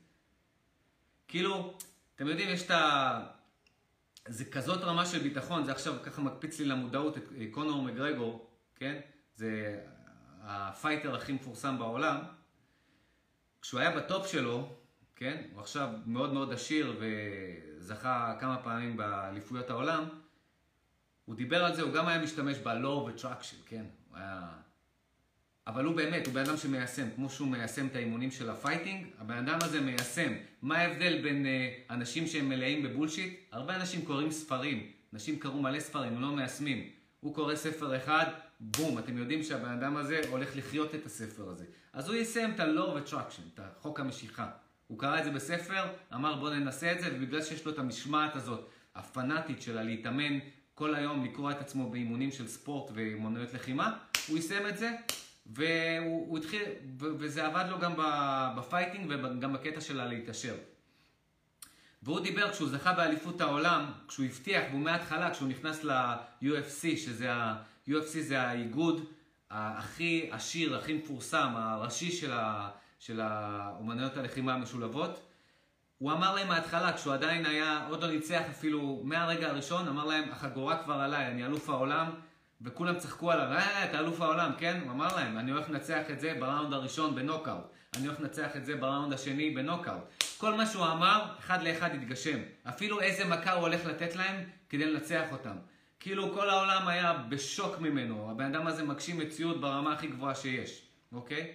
כאילו, אתם יודעים, יש את ה... זה כזאת רמה של ביטחון, זה עכשיו ככה מקפיץ לי למודעות את קונור מגרגור, כן? זה הפייטר הכי מפורסם בעולם. כשהוא היה בטופ שלו, כן? הוא עכשיו מאוד מאוד עשיר וזכה כמה פעמים באליפויות העולם, הוא דיבר על זה, הוא גם היה משתמש ב-law of attraction, כן? הוא היה... אבל הוא באמת, הוא בן אדם שמיישם, כמו שהוא מיישם את האימונים של הפייטינג, הבן אדם הזה מיישם. מה ההבדל בין uh, אנשים שהם מלאים בבולשיט? הרבה אנשים קוראים ספרים, אנשים קראו מלא ספרים, הם לא מיישמים. הוא קורא ספר אחד, בום, אתם יודעים שהבן אדם הזה הולך לחיות את הספר הזה. אז הוא יישם את ה-law of attraction, את חוק המשיכה. הוא קרא את זה בספר, אמר בוא ננסה את זה, ובגלל שיש לו את המשמעת הזאת, הפנאטית שלה להתאמן כל היום, לקרוא את עצמו באימונים של ספורט ואימוניות לחימה, הוא יישם את זה. והוא הוא התחיל, וזה עבד לו גם בפייטינג וגם בקטע שלה להתאשר. והוא דיבר כשהוא זכה באליפות העולם, כשהוא הבטיח, והוא מההתחלה, כשהוא נכנס ל-יו אף סי, שזה ה-יו אף סי זה האיגוד הכי עשיר, הכי מפורסם, הראשי של, ה, של האומנויות הלחימה המשולבות. הוא אמר להם מההתחלה, כשהוא עדיין היה, עוד לא ניצח אפילו מהרגע הראשון, אמר להם, החגורה כבר עליי, אני אלוף העולם, וכולם צחקו עליו, אה, אתה אלוף העולם, כן? הוא אמר להם, אני הולך לנצח את זה בראונד הראשון בנוקאוט. אני הולך לנצח את זה בראונד השני בנוקאוט. כל מה שהוא אמר, אחד לאחד התגשם. אפילו איזה מכה הוא הולך לתת להם כדי לנצח אותם. כאילו כל העולם היה בשוק ממנו. הבן אדם הזה מגשים מציאות ברמה הכי גבוהה שיש, אוקיי?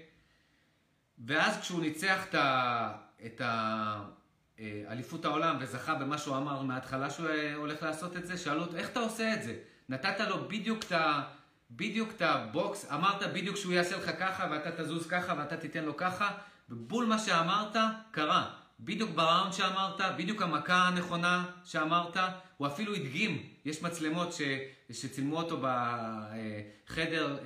ואז כשהוא ניצח את אליפות העולם וזכה במה שהוא אמר מההתחלה שהוא הולך לעשות את זה, שאלו אותו, איך אתה עושה את זה? נתת לו בדיוק את ה... בדיוק את הבוקס, אמרת בדיוק שהוא יעשה לך ככה ואתה תזוז ככה ואתה תיתן לו ככה, ובול מה שאמרת קרה. בדיוק בראונד שאמרת, בדיוק המכה הנכונה שאמרת, הוא אפילו הדגים. יש מצלמות ש... שצילמו אותו בחדר,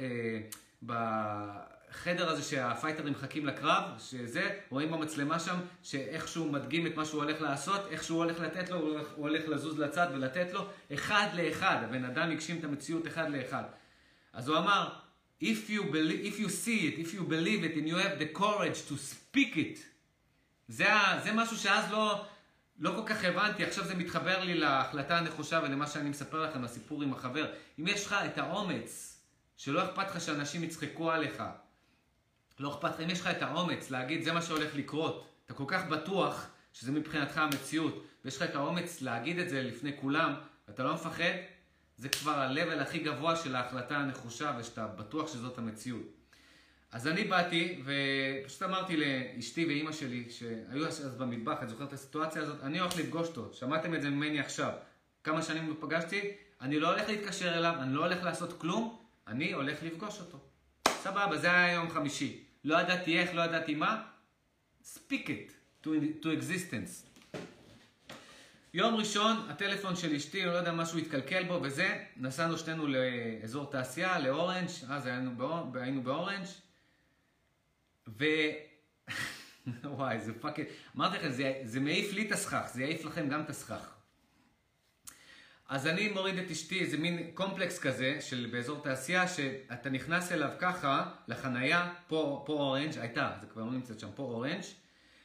בחדר הזה שהפייטרים מחכים לקרב, שזה, רואים במצלמה שם, שאיכשהו מדגים את מה שהוא הולך לעשות, איכשהו הולך לתת לו, הוא הולך, הוא הולך לזוז לצד ולתת לו, אחד לאחד. הבן אדם הגשים את המציאות אחד לאחד. אז הוא אמר, if you believe, if you see it, if you believe it, and you have the courage to speak it, זה, זה משהו שאז לא, לא כל כך הבנתי, עכשיו זה מתחבר לי להחלטה הנחושה ולמה שאני מספר לכם, הסיפור עם החבר. אם יש לך את האומץ, שלא אכפת לך שאנשים יצחקו עליך, לא אכפת לך, אם יש לך את האומץ להגיד, זה מה שהולך לקרות, אתה כל כך בטוח שזה מבחינתך המציאות, ויש לך את האומץ להגיד את זה לפני כולם, ואתה לא מפחד, זה כבר ה-level הכי גבוה של ההחלטה הנחושה, ושאתה בטוח שזאת המציאות. אז אני באתי, ופשוט אמרתי לאשתי ואימא שלי, שהיו אז במטבח, את זוכרת את הסיטואציה הזאת, אני הולך לפגוש אותו, שמעתם את זה ממני עכשיו. כמה שנים לא פגשתי, אני לא הולך להתקשר אליו, אני לא הולך לעשות כלום, אני הולך לפגוש אותו. סבבה, זה היה יום חמישי. לא ידעתי איך, לא ידעתי מה, speak it to, to existence. יום ראשון, הטלפון של אשתי, לא יודע משהו התקלקל בו וזה, נסענו שתינו לאזור תעשייה, לאורנג', אז היינו, באור, היינו באורנג', ו... וואי, זה פאקינג... אמרתי לכם, זה, זה מעיף לי את הסכך, זה יעיף לכם גם את הסכך. אז אני מוריד את אשתי, זה מין קומפלקס כזה, של באזור תעשייה, שאתה נכנס אליו ככה, לחנייה, פה, פה אורנג', הייתה, זה כבר לא נמצאת שם, פה אורנג',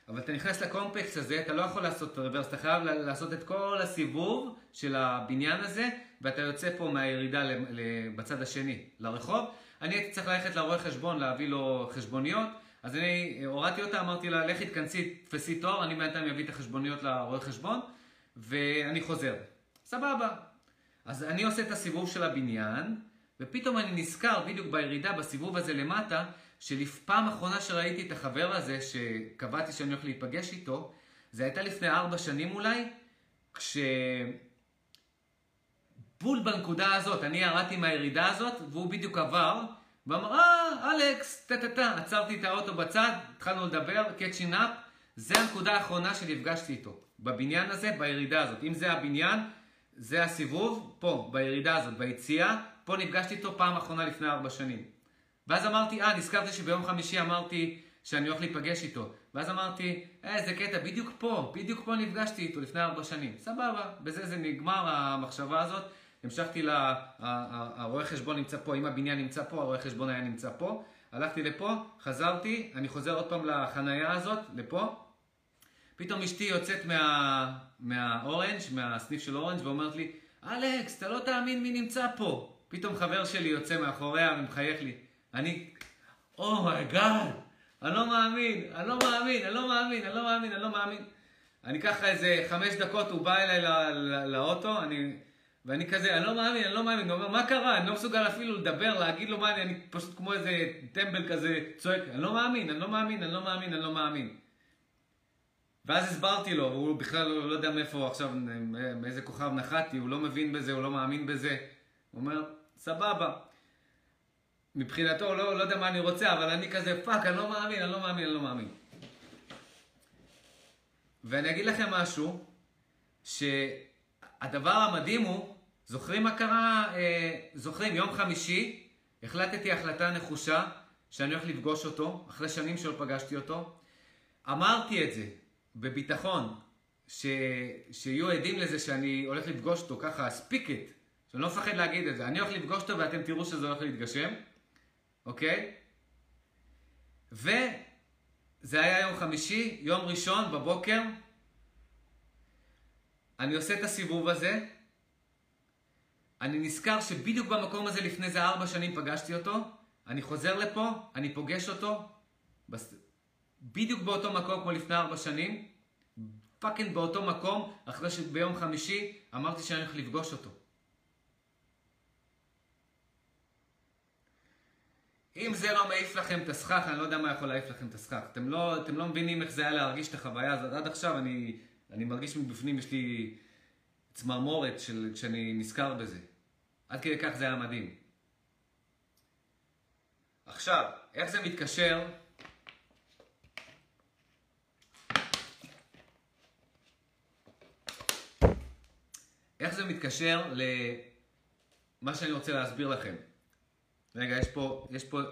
אבל אתה נכנס לקומפלקס הזה, אתה לא יכול לעשות רוורס, אתה חייב לעשות את כל הסיבוב של הבניין הזה, ואתה יוצא פה מהירידה בצד השני, לרחוב. אני הייתי צריך ללכת לרואה חשבון, להביא לו חשבוניות, אז אני הורדתי אותה, אמרתי לה, לכי תכנסי, תפסי תור, אני בינתיים אביא את החשבוניות לרואה חשבון, ואני חוזר. סבבה. אז אני עושה את הסיבוב של הבניין, ופתאום אני נזכר בדיוק בירידה, בסיבוב הזה למטה, שלפעם האחרונה שראיתי את החבר הזה, שקבעתי שאני הולך להיפגש איתו, זה הייתה לפני ארבע שנים אולי, כש... בול בנקודה הזאת, אני ירדתי מהירידה הזאת, והוא בדיוק עבר, ואמר, אה, אלכס, טה-טה-טה, עצרתי את האוטו בצד, התחלנו לדבר, קאצ'ינג אפ, זה הנקודה האחרונה שנפגשתי איתו, בבניין הזה, בירידה הזאת. אם זה הבניין, זה הסיבוב, פה, בירידה הזאת, ביציאה, פה נפגשתי איתו פעם אחרונה לפני ארבע שנים. ואז אמרתי, אה, נזכרתי שביום חמישי אמרתי שאני הולך להיפגש איתו. ואז אמרתי, אה, זה קטע, בדיוק פה, בדיוק פה נפגשתי איתו לפני ארבע שנים. סבבה, בזה זה נגמר המחשבה הזאת. המשכתי ל... הרואה חשבון נמצא פה, אם הבניין נמצא פה, הרואה חשבון היה נמצא פה. הלכתי לפה, חזרתי, אני חוזר עוד פעם לחנייה הזאת, לפה. פתאום אשתי יוצאת מה... מהאורנג', מהסניף של אורנג' ואומרת לי, אלכס, אתה לא תאמין מי נמצא פה. פתאום חבר שלי יוצא מאחוריה ומחייך לי. אני, אומייגאד, אני לא מאמין, אני לא מאמין, אני לא מאמין, אני לא מאמין, אני לא מאמין. אני ככה איזה חמש דקות, הוא בא אליי לאוטו, אני... ואני כזה, אני לא מאמין, אני לא מאמין, הוא אומר, מה קרה? אני לא מסוגל אפילו לדבר, להגיד לו מה, אני, אני פשוט כמו איזה טמבל כזה צועק, אני לא מאמין, אני לא מאמין, אני לא מאמין, אני לא מאמין. ואז הסברתי לו, והוא בכלל לא, לא יודע מאיפה עכשיו, מאיזה כוכב נחתי, הוא לא מבין בזה, הוא לא מאמין בזה. הוא אומר, סבבה. מבחינתו, הוא לא, לא יודע מה אני רוצה, אבל אני כזה, פאק, אני לא מאמין, אני לא מאמין, אני לא מאמין. ואני אגיד לכם משהו, שהדבר המדהים הוא, זוכרים מה קרה, אה, זוכרים, יום חמישי, החלטתי החלטה נחושה, שאני הולך לפגוש אותו, אחרי שנים שלא פגשתי אותו. אמרתי את זה, בביטחון, ש... שיהיו עדים לזה שאני הולך לפגוש אותו, ככה, ספיק את, שאני לא מפחד להגיד את זה. אני הולך לפגוש אותו ואתם תראו שזה הולך להתגשם, אוקיי? וזה היה יום חמישי, יום ראשון בבוקר, אני עושה את הסיבוב הזה, אני נזכר שבדיוק במקום הזה לפני זה ארבע שנים פגשתי אותו, אני חוזר לפה, אני פוגש אותו, בס... בדיוק באותו מקום כמו לפני ארבע שנים, פאקינג באותו מקום, אחרי שביום חמישי אמרתי שאני הולך לפגוש אותו. אם זה לא מעיף לכם את הסכך, אני לא יודע מה יכול להעיף לכם את הסכך. אתם לא, אתם לא מבינים איך זה היה להרגיש את החוויה הזאת. עד עכשיו אני, אני מרגיש מבפנים, יש לי צמרמורת של, כשאני נזכר בזה. עד כדי כך זה היה מדהים. עכשיו, איך זה מתקשר? איך זה מתקשר למה שאני רוצה להסביר לכם? רגע, יש פה, יש פה,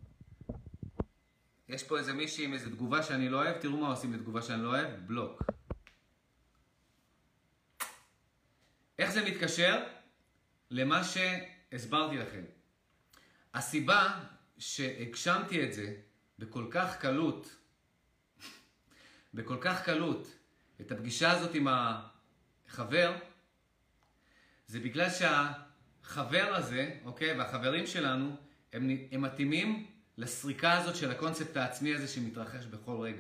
יש פה איזה מישהי עם איזו תגובה שאני לא אוהב, תראו מה עושים לתגובה שאני לא אוהב, בלוק. איך זה מתקשר? למה שהסברתי לכם. הסיבה שהגשמתי את זה בכל כך קלות, בכל כך קלות, את הפגישה הזאת עם החבר, זה בגלל שהחבר הזה, אוקיי, והחברים שלנו, הם, הם מתאימים לסריקה הזאת של הקונספט העצמי הזה שמתרחש בכל רגע.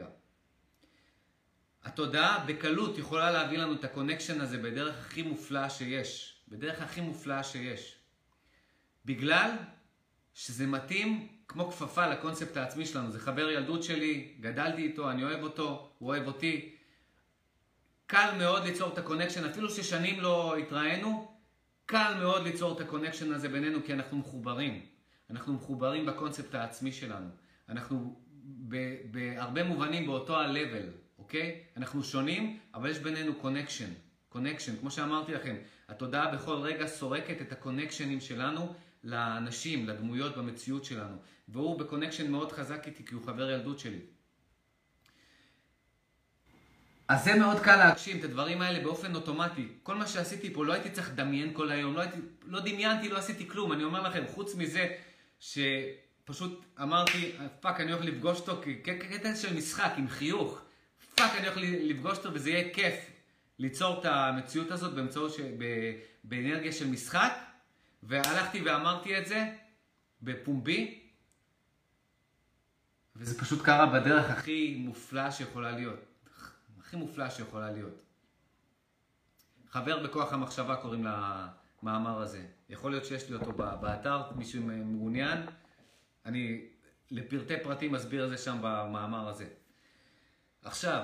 התודעה בקלות יכולה להביא לנו את הקונקשן הזה בדרך הכי מופלאה שיש. בדרך הכי מופלאה שיש. בגלל שזה מתאים כמו כפפה לקונספט העצמי שלנו. זה חבר ילדות שלי, גדלתי איתו, אני אוהב אותו, הוא אוהב אותי. קל מאוד ליצור את הקונקשן, אפילו ששנים לא התראינו, קל מאוד ליצור את הקונקשן הזה בינינו כי אנחנו מחוברים. אנחנו מחוברים בקונספט העצמי שלנו. אנחנו בהרבה מובנים באותו ה-level, אוקיי? אנחנו שונים, אבל יש בינינו קונקשן. קונקשן, כמו שאמרתי לכם, התודעה בכל רגע סורקת את הקונקשנים שלנו לאנשים, לדמויות במציאות שלנו. והוא בקונקשן מאוד חזק איתי כי הוא חבר ילדות שלי. אז זה מאוד קל להגשים את הדברים האלה באופן אוטומטי. כל מה שעשיתי פה, לא הייתי צריך לדמיין כל היום, לא, הייתי, לא דמיינתי, לא עשיתי כלום. אני אומר לכם, חוץ מזה שפשוט אמרתי, פאק, אני הולך לפגוש אותו כקטע של משחק עם חיוך. פאק, אני הולך לפגוש אותו וזה יהיה כיף ליצור את המציאות הזאת באמצעות, ש... באנרגיה של משחק, והלכתי ואמרתי את זה בפומבי, וזה פשוט קרה בדרך הכי מופלאה שיכולה להיות. הכי מופלאה שיכולה להיות. חבר בכוח המחשבה קוראים למאמר הזה. יכול להיות שיש לי אותו באתר, מישהו מעוניין. אני לפרטי פרטים מסביר את זה שם במאמר הזה. עכשיו,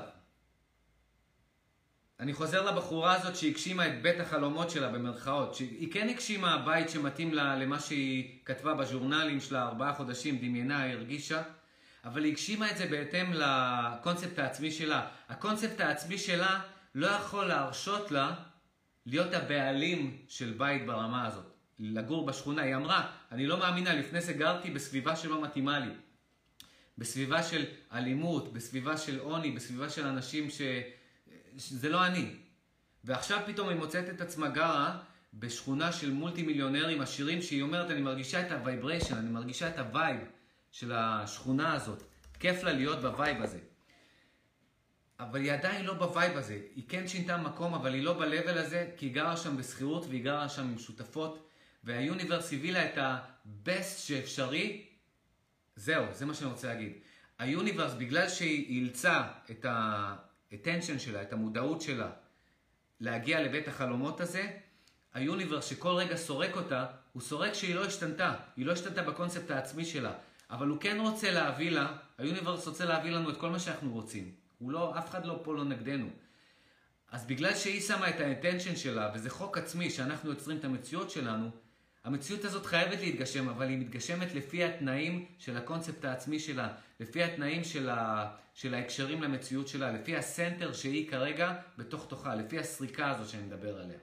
אני חוזר לבחורה הזאת שהגשימה את בית החלומות שלה במרכאות. שהיא כן הגשימה הבית שמתאים לה למה שהיא כתבה בז'ורנלים שלה, ארבעה חודשים, דמיינה, הרגישה. אבל היא הגשימה את זה בהתאם לקונספט העצמי שלה. הקונספט העצמי שלה לא יכול להרשות לה להיות הבעלים של בית ברמה הזאת. לגור בשכונה. היא אמרה, אני לא מאמינה, לפני זה גרתי בסביבה שלא מתאימה לי. בסביבה של אלימות, בסביבה של עוני, בסביבה של אנשים ש... שזה לא אני. ועכשיו פתאום היא מוצאת את עצמה גרה בשכונה של מולטי מיליונרים עשירים, שהיא אומרת, אני מרגישה את הוויבריישן, אני מרגישה את הווייב של השכונה הזאת. כיף לה להיות בווייב הזה. אבל היא עדיין לא בווייב הזה. היא כן שינתה מקום, אבל היא לא בלבל הזה, כי היא גרה שם בסחירות, והיא גרה שם עם שותפות, והיוניברס הביא לה את הבסט שאפשרי. זהו, זה מה שאני רוצה להגיד. היוניברס, בגלל שהיא אילצה את ה-attention שלה, את המודעות שלה, להגיע לבית החלומות הזה, היוניברס שכל רגע סורק אותה, הוא סורק שהיא לא השתנתה. היא לא השתנתה בקונספט העצמי שלה. אבל הוא כן רוצה להביא לה, היוניברס רוצה להביא לנו את כל מה שאנחנו רוצים. הוא לא, אף אחד לא פה לא נגדנו. אז בגלל שהיא שמה את האינטנשן שלה, וזה חוק עצמי שאנחנו יוצרים את המציאות שלנו, המציאות הזאת חייבת להתגשם, אבל היא מתגשמת לפי התנאים של הקונספט העצמי שלה, לפי התנאים של, ה, של ההקשרים למציאות שלה, לפי הסנטר שהיא כרגע בתוך תוכה, לפי הסריקה הזו שאני מדבר עליה.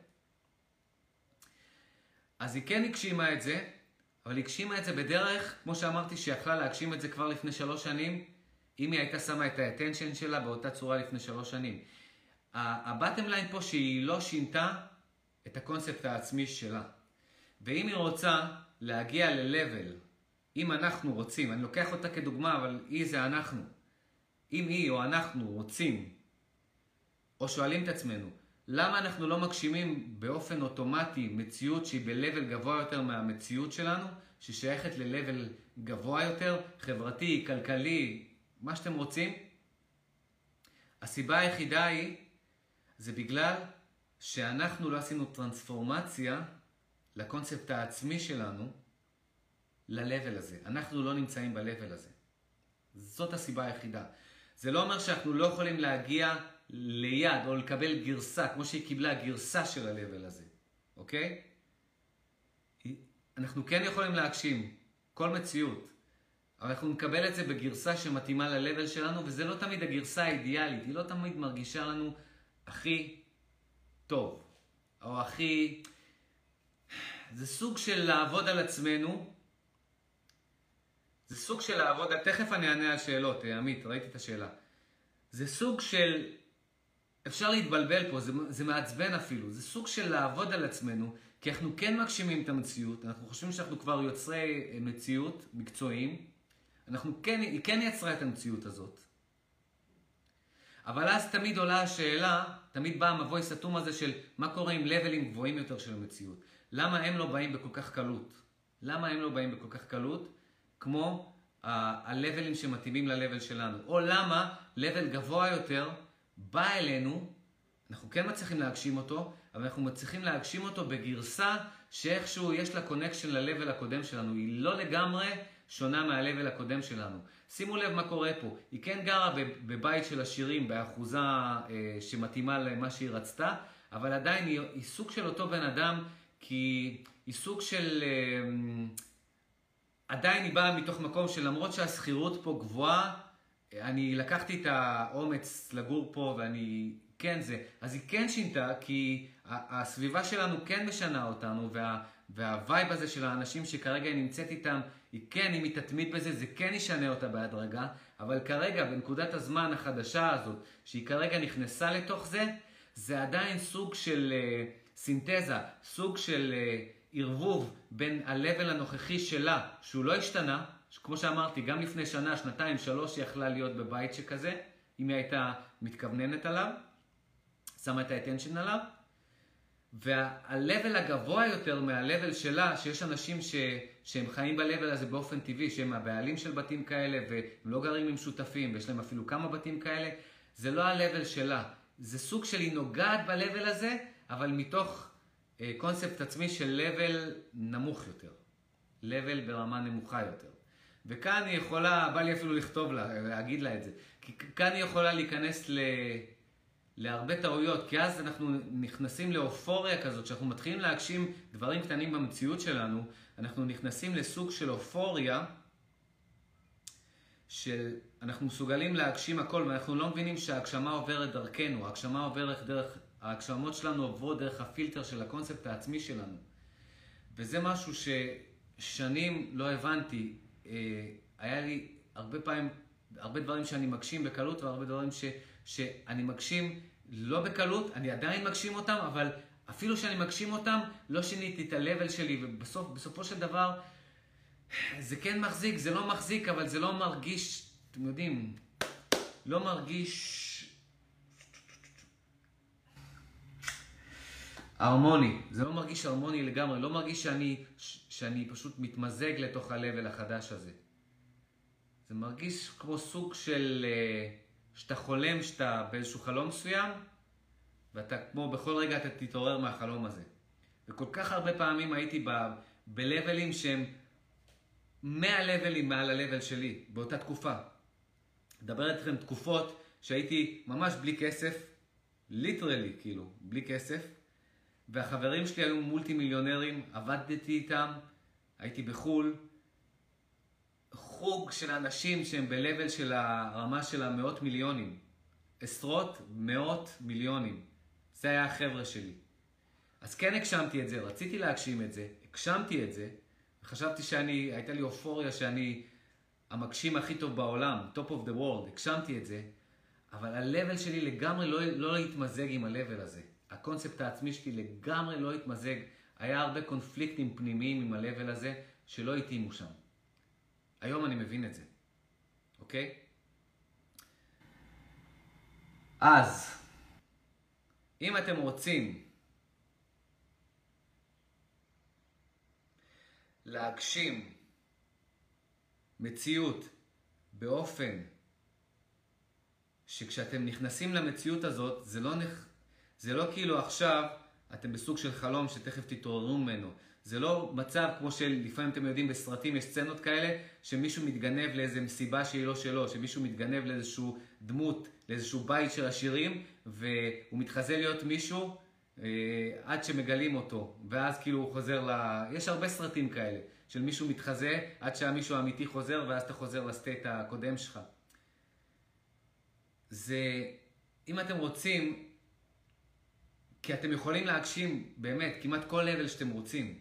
אז היא כן הגשימה את זה, אבל היא הגשימה את זה בדרך, כמו שאמרתי, שיכלה להגשים את זה כבר לפני שלוש שנים, אם היא הייתה שמה את האטנשן שלה באותה צורה לפני שלוש שנים. הבטם ליין פה שהיא לא שינתה את הקונספט העצמי שלה. ואם היא רוצה להגיע ל-level, אם אנחנו רוצים, אני לוקח אותה כדוגמה, אבל היא זה אנחנו. אם היא או אנחנו רוצים, או שואלים את עצמנו, למה אנחנו לא מגשימים באופן אוטומטי מציאות שהיא ב-level גבוה יותר מהמציאות שלנו, ששייכת ל-level גבוה יותר, חברתי, כלכלי, מה שאתם רוצים? הסיבה היחידה היא, זה בגלל שאנחנו לא עשינו טרנספורמציה לקונספט העצמי שלנו, ל-level הזה. אנחנו לא נמצאים ב-level הזה. זאת הסיבה היחידה. זה לא אומר שאנחנו לא יכולים להגיע ליד או לקבל גרסה, כמו שהיא קיבלה גרסה של ה-level הזה. אוקיי? אנחנו כן יכולים להגשים כל מציאות. אבל אנחנו נקבל את זה בגרסה שמתאימה ל-level שלנו, וזה לא תמיד הגרסה האידיאלית. היא לא תמיד מרגישה לנו הכי טוב. או הכי... זה סוג של לעבוד על עצמנו. זה סוג של לעבוד... תכף אני אענה על שאלות, עמית, ראיתי את השאלה. זה סוג של... אפשר להתבלבל פה, זה, זה מעצבן אפילו. זה סוג של לעבוד על עצמנו, כי אנחנו כן מגשימים את המציאות. אנחנו חושבים שאנחנו כבר יוצרי מציאות מקצועיים. אנחנו כן, היא כן יצרה את המציאות הזאת. אבל אז תמיד עולה השאלה, תמיד בא המבוי סתום הזה של מה קורה עם לבלים גבוהים יותר של המציאות. למה הם לא באים בכל כך קלות? למה הם לא באים בכל כך קלות? כמו הלבלים שמתאימים ללבל שלנו. או למה לבל גבוה יותר בא אלינו, אנחנו כן מצליחים להגשים אותו, אבל אנחנו מצליחים להגשים אותו בגרסה שאיכשהו יש לה קונקשן ללבל הקודם שלנו. היא לא לגמרי שונה מהלבל הקודם שלנו. שימו לב מה קורה פה. היא כן גרה בבית של עשירים, באחוזה שמתאימה למה שהיא רצתה, אבל עדיין היא, היא סוג של אותו בן אדם, כי היא סוג של... עדיין היא באה מתוך מקום שלמרות שהסחירות פה גבוהה, אני לקחתי את האומץ לגור פה ואני... כן זה. אז היא כן שינתה, כי הסביבה שלנו כן משנה אותנו, וה... והווייב הזה של האנשים שכרגע היא נמצאת איתם, היא כן, אם היא תתמיד בזה, זה כן ישנה אותה בהדרגה, אבל כרגע, בנקודת הזמן החדשה הזאת, שהיא כרגע נכנסה לתוך זה, זה עדיין סוג של uh, סינתזה, סוג של uh, ערבוב בין ה-level הנוכחי שלה, שהוא לא השתנה, כמו שאמרתי, גם לפני שנה, שנתיים, שלוש, היא יכלה להיות בבית שכזה, אם היא הייתה מתכווננת עליו, שמה את האטנשן עליו, והלבל הגבוה יותר מהלבל שלה, שיש אנשים ש... שהם חיים בלבל הזה באופן טבעי, שהם הבעלים של בתים כאלה, והם לא גרים עם שותפים, ויש להם אפילו כמה בתים כאלה, זה לא הלבל שלה. זה סוג של היא נוגעת בלבל הזה, אבל מתוך אה, קונספט עצמי של לבל נמוך יותר. לבל ברמה נמוכה יותר. וכאן היא יכולה, בא לי אפילו לכתוב לה, להגיד לה את זה, כי כאן היא יכולה להיכנס ל... להרבה טעויות, כי אז אנחנו נכנסים לאופוריה כזאת, שאנחנו מתחילים להגשים דברים קטנים במציאות שלנו, אנחנו נכנסים לסוג של אופוריה, שאנחנו מסוגלים להגשים הכל, ואנחנו לא מבינים שההגשמה עוברת דרכנו, ההגשמה עוברת דרך, ההגשמות שלנו עוברות דרך הפילטר של הקונספט העצמי שלנו. וזה משהו ששנים לא הבנתי, היה לי הרבה פעמים, הרבה דברים שאני מגשים בקלות, והרבה דברים ש... שאני מגשים לא בקלות, אני עדיין מגשים אותם, אבל אפילו שאני מגשים אותם, לא שיניתי את הלבל שלי, ובסופו של דבר, זה כן מחזיק, זה לא מחזיק, אבל זה לא מרגיש, אתם יודעים, לא מרגיש הרמוני, זה לא מרגיש הרמוני לגמרי, לא מרגיש שאני, שאני פשוט מתמזג לתוך הלבל החדש הזה. זה מרגיש כמו סוג של... שאתה חולם שאתה באיזשהו חלום מסוים, ואתה כמו בכל רגע אתה תתעורר מהחלום הזה. וכל כך הרבה פעמים הייתי ב- בלבלים שהם מאה לבלים מעל הלבל שלי, באותה תקופה. מדבר איתכם תקופות שהייתי ממש בלי כסף, ליטרלי כאילו, בלי כסף, והחברים שלי היו מולטי מיליונרים, עבדתי איתם, הייתי בחול, חוג של אנשים שהם בלבל של הרמה של המאות מיליונים. עשרות, מאות מיליונים. זה היה החבר'ה שלי. אז כן הגשמתי את זה, רציתי להגשים את זה, הגשמתי את זה, וחשבתי שאני, הייתה לי אופוריה שאני המגשים הכי טוב בעולם, top of the world, הגשמתי את זה, אבל הלבל שלי לגמרי לא, לא להתמזג עם הלבל הזה. הקונספט העצמי שלי לגמרי לא התמזג. היה הרבה קונפליקטים פנימיים עם הלבל הזה שלא התאימו שם. היום אני מבין את זה, אוקיי? אז, אם אתם רוצים להגשים מציאות באופן שכשאתם נכנסים למציאות הזאת, זה לא, נכ... זה לא כאילו עכשיו אתם בסוג של חלום שתכף תתעוררו ממנו. זה לא מצב כמו שלפעמים אתם יודעים בסרטים יש סצנות כאלה שמישהו מתגנב לאיזו מסיבה שהיא לא שלו, שמישהו מתגנב לאיזשהו דמות, לאיזשהו בית של עשירים והוא מתחזה להיות מישהו אה, עד שמגלים אותו ואז כאילו הוא חוזר ל... יש הרבה סרטים כאלה של מישהו מתחזה עד שהמישהו האמיתי חוזר ואז אתה חוזר לסטייט הקודם שלך. זה, אם אתם רוצים, כי אתם יכולים להגשים באמת כמעט כל לבל שאתם רוצים.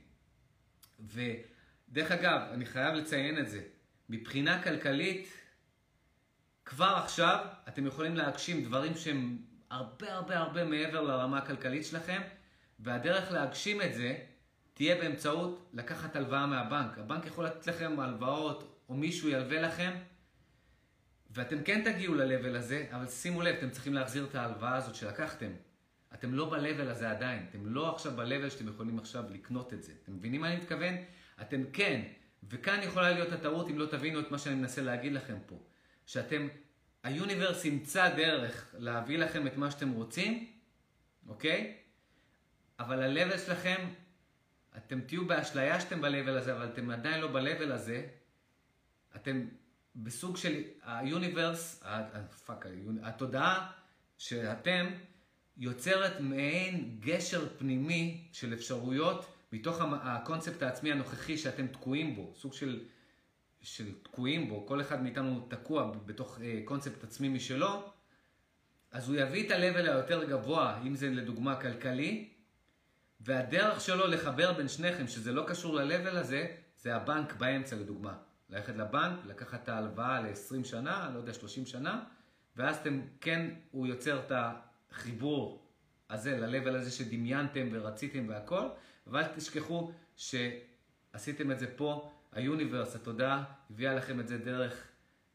ודרך אגב, אני חייב לציין את זה, מבחינה כלכלית, כבר עכשיו אתם יכולים להגשים דברים שהם הרבה הרבה הרבה מעבר לרמה הכלכלית שלכם, והדרך להגשים את זה תהיה באמצעות לקחת הלוואה מהבנק. הבנק יכול לתת לכם הלוואות, או מישהו ילווה לכם, ואתם כן תגיעו ללבל הזה, אבל שימו לב, אתם צריכים להחזיר את ההלוואה הזאת שלקחתם. אתם לא בלבל הזה עדיין, אתם לא עכשיו בלבל שאתם יכולים עכשיו לקנות את זה. אתם מבינים מה אני מתכוון? אתם כן, וכאן יכולה להיות הטעות אם לא תבינו את מה שאני מנסה להגיד לכם פה. שאתם, היוניברס ימצא דרך להביא לכם את מה שאתם רוצים, אוקיי? אבל הלבל שלכם, אתם תהיו באשליה שאתם בלבל הזה, אבל אתם עדיין לא בלבל הזה. אתם בסוג של היוניברס, פאק, התודעה שאתם יוצרת מעין גשר פנימי של אפשרויות מתוך הקונספט העצמי הנוכחי שאתם תקועים בו, סוג של, של תקועים בו, כל אחד מאיתנו תקוע בתוך קונספט עצמי משלו, אז הוא יביא את הלבל היותר גבוה, אם זה לדוגמה כלכלי, והדרך שלו לחבר בין שניכם, שזה לא קשור ללבל הזה, זה הבנק באמצע לדוגמה. ללכת לבנק, לקחת את ההלוואה ל-עשרים שנה, לא יודע, שלושים שנה, ואז אתם, כן, הוא יוצר את החיבור הזה, ללבל הזה שדמיינתם ורציתם והכל, אבל תשכחו שעשיתם את זה פה, היוניברס, התודעה, הביאה לכם את זה דרך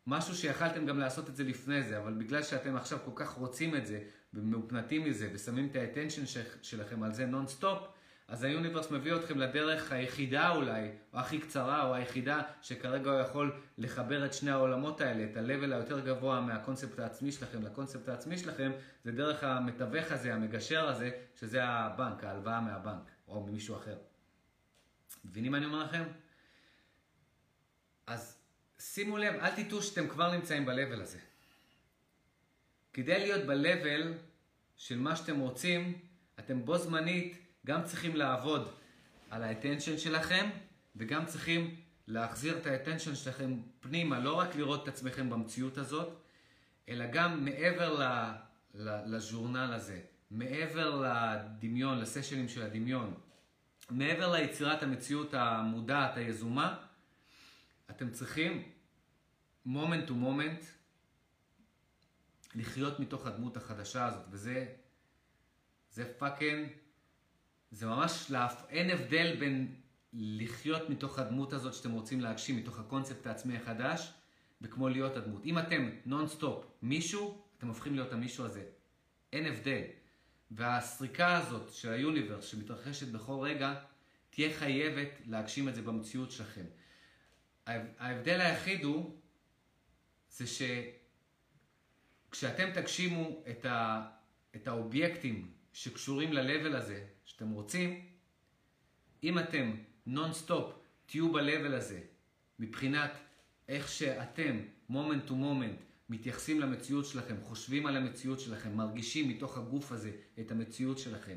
משהו שיכלתם גם לעשות את זה לפני זה, אבל בגלל שאתם עכשיו כל כך רוצים את זה, ומאופנתים מזה, ושמים את האטנשן שלכם על זה נון-סטופ, אז היוניברס מביא אתכם לדרך היחידה אולי, או הכי קצרה, או היחידה שכרגע הוא יכול לחבר את שני העולמות האלה, את ה-level היותר גבוה מהקונספט העצמי שלכם לקונספט העצמי שלכם, זה דרך המתווך הזה, המגשר הזה, שזה הבנק, ההלוואה מהבנק, או ממישהו אחר. מבינים מה אני אומר לכם? אז שימו לב, אל תטעו שאתם כבר נמצאים ב-level הזה. כדי להיות ב-level של מה שאתם רוצים, אתם בו זמנית גם צריכים לעבוד על האטנשן שלכם, וגם צריכים להחזיר את האטנשן שלכם פנימה, לא רק לראות את עצמכם במציאות הזאת, אלא גם מעבר ל, ל, לז'ורנל הזה, מעבר לדמיון, לסשנים של הדמיון, מעבר ליצירת המציאות המודעת, היזומה, אתם צריכים מומנט טו מומנט לחיות מתוך הדמות החדשה הזאת, וזה זה פאקינג, זה ממש, להפ... אין הבדל בין לחיות מתוך הדמות הזאת שאתם רוצים להגשים, מתוך הקונספט העצמי החדש, וכמו להיות הדמות. אם אתם נון-סטופ מישהו, אתם הופכים להיות המישהו הזה. אין הבדל. והסריקה הזאת של היוניברס שמתרחשת בכל רגע, תהיה חייבת להגשים את זה במציאות שלכם. ההבדל היחיד הוא, זה שכשאתם תגשימו את, ה... את האובייקטים שקשורים ל-level הזה שאתם רוצים, אם אתם נון-סטופ תהיו ב-level הזה, מבחינת איך שאתם, מומנט טו מומנט, מתייחסים למציאות שלכם, חושבים על המציאות שלכם, מרגישים מתוך הגוף הזה את המציאות שלכם.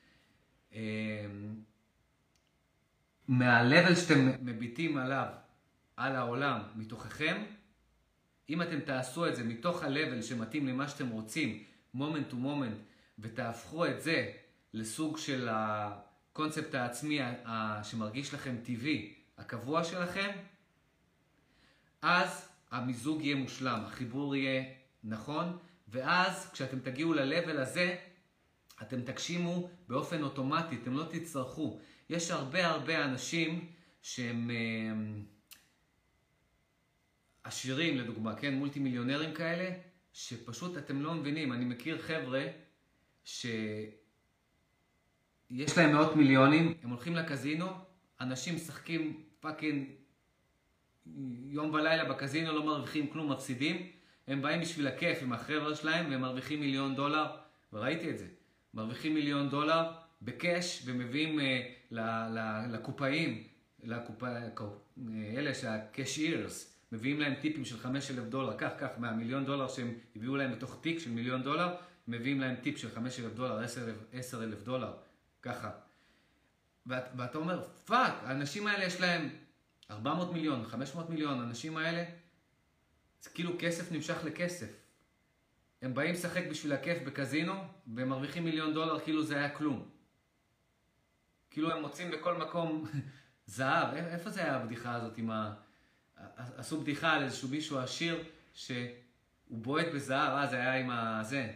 מה-level שאתם מביטים עליו, על העולם, מתוככם, אם אתם תעשו את זה מתוך ה-level שמתאים למה שאתם רוצים, מומנט טו מומנט, ותהפכו את זה לסוג של הקונספט העצמי שמרגיש לכם טבעי, הקבוע שלכם, אז המיזוג יהיה מושלם, החיבור יהיה נכון, ואז כשאתם תגיעו ל-level הזה, אתם תגשימו באופן אוטומטי, אתם לא תצטרכו. יש הרבה הרבה אנשים שהם עשירים לדוגמה, כן, מולטי מיליונרים כאלה, שפשוט אתם לא מבינים. אני מכיר חבר'ה שיש להם מאות מיליונים, הם הולכים לקזינו, אנשים משחקים פאקינג יום ולילה בקזינו, לא מרוויחים כלום, מפסידים, הם באים בשביל הכיף עם החבר'ה שלהם והם מרוויחים מיליון דולר, וראיתי את זה, מרוויחים מיליון דולר בקש ומביאים אה, ל, ל, לקופאים, לקופא, אלה שהקשירס, מביאים להם טיפים של חמישה אלף דולר, כך כך מהמיליון דולר שהם הביאו להם בתוך טיק של מיליון דולר, מביאים להם טיפ של חמישה אלף דולר, עשרה אלף דולר, ככה. ואת, ואתה אומר, פאק, האנשים האלה יש להם ארבע מאות מיליון, חמש מאות מיליון, האנשים האלה, זה כאילו כסף נמשך לכסף. הם באים לשחק בשביל הכיף בקזינו, והם מרוויחים מיליון דולר כאילו זה היה כלום. כאילו הם מוצאים בכל מקום זהב. איפה זה היה הבדיחה הזאת עם ה... עשו בדיחה על איזשהו מישהו עשיר שהוא בועט בזהב, אה, זה היה עם הזה.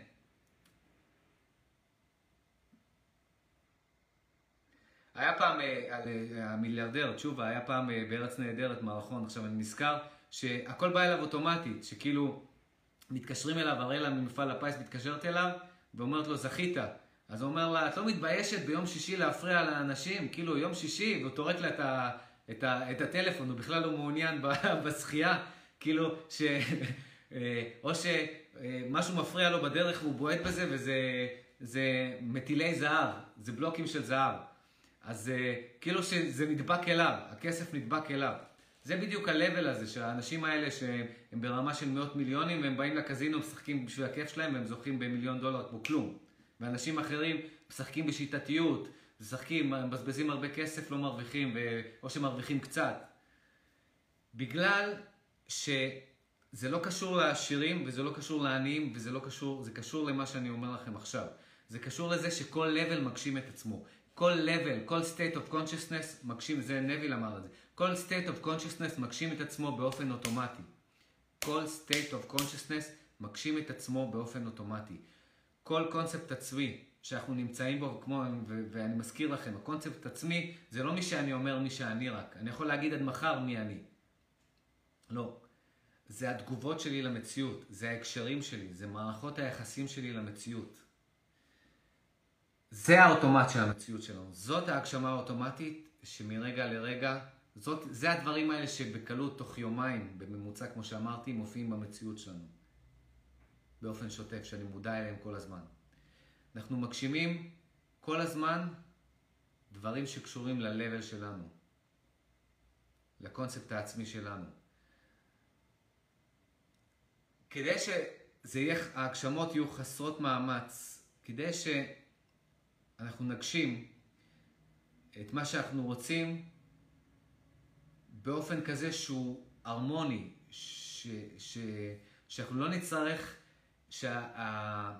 היה פעם, על המיליארדר, תשובה, היה פעם בארץ נהדרת, מערכון, עכשיו אני נזכר, שהכל בא אליו אוטומטית, שכאילו מתקשרים אליו, הראלה ממפעל הפיס מתקשרת אליו, ואומרת לו, זכית. אז הוא אומר לה, את לא מתביישת ביום שישי להפריע לאנשים, כאילו יום שישי, והוא תורק לה את ה... את, ה, את הטלפון, הוא בכלל לא מעוניין בשחייה, כאילו ש... או שמשהו מפריע לו בדרך והוא בועט בזה, וזה זה מטילי זהב, זה בלוקים של זהב. אז כאילו שזה נדבק אליו, הכסף נדבק אליו. זה בדיוק ה-level הזה, שהאנשים האלה שהם ברמה של מאות מיליונים, הם באים לקזינו, משחקים בשביל הכיף שלהם, והם זוכים במיליון דולר כמו כלום. ואנשים אחרים משחקים בשיטתיות, משחקים, מבזבזים הרבה כסף, לא מרוויחים, או שמרוויחים קצת. בגלל שזה לא קשור לעשירים, וזה לא קשור לעניים, וזה לא קשור, זה קשור למה שאני אומר לכם עכשיו. זה קשור לזה שכל level מגשים את עצמו. כל level, כל state of consciousness מגשים, זה נביל אמר את זה. כל state of consciousness מגשים את עצמו באופן אוטומטי. כל state of consciousness מגשים את עצמו באופן אוטומטי. כל קונספט עצמי שאנחנו נמצאים בו, כמו, ו- ואני מזכיר לכם, הקונספט עצמי זה לא מי שאני אומר, מי שאני רק. אני יכול להגיד עד מחר מי אני. לא. זה התגובות שלי למציאות, זה ההקשרים שלי, זה מערכות היחסים שלי למציאות. זה האוטומט של המציאות שלנו. זאת ההגשמה האוטומטית שמרגע לרגע, זאת, זה הדברים האלה שבקלות תוך יומיים, בממוצע כמו שאמרתי, מופיעים במציאות שלנו. באופן שוטף, שאני מודע אליהם כל הזמן. אנחנו מגשימים כל הזמן דברים שקשורים ל-level שלנו. לקונספט העצמי שלנו. כדי שזה יהיה, ההגשמות יהיו חסרות מאמץ, כדי שאנחנו נגשים את מה שאנחנו רוצים באופן כזה שהוא הרמוני, ש, ש, שאנחנו לא נצטרך שה,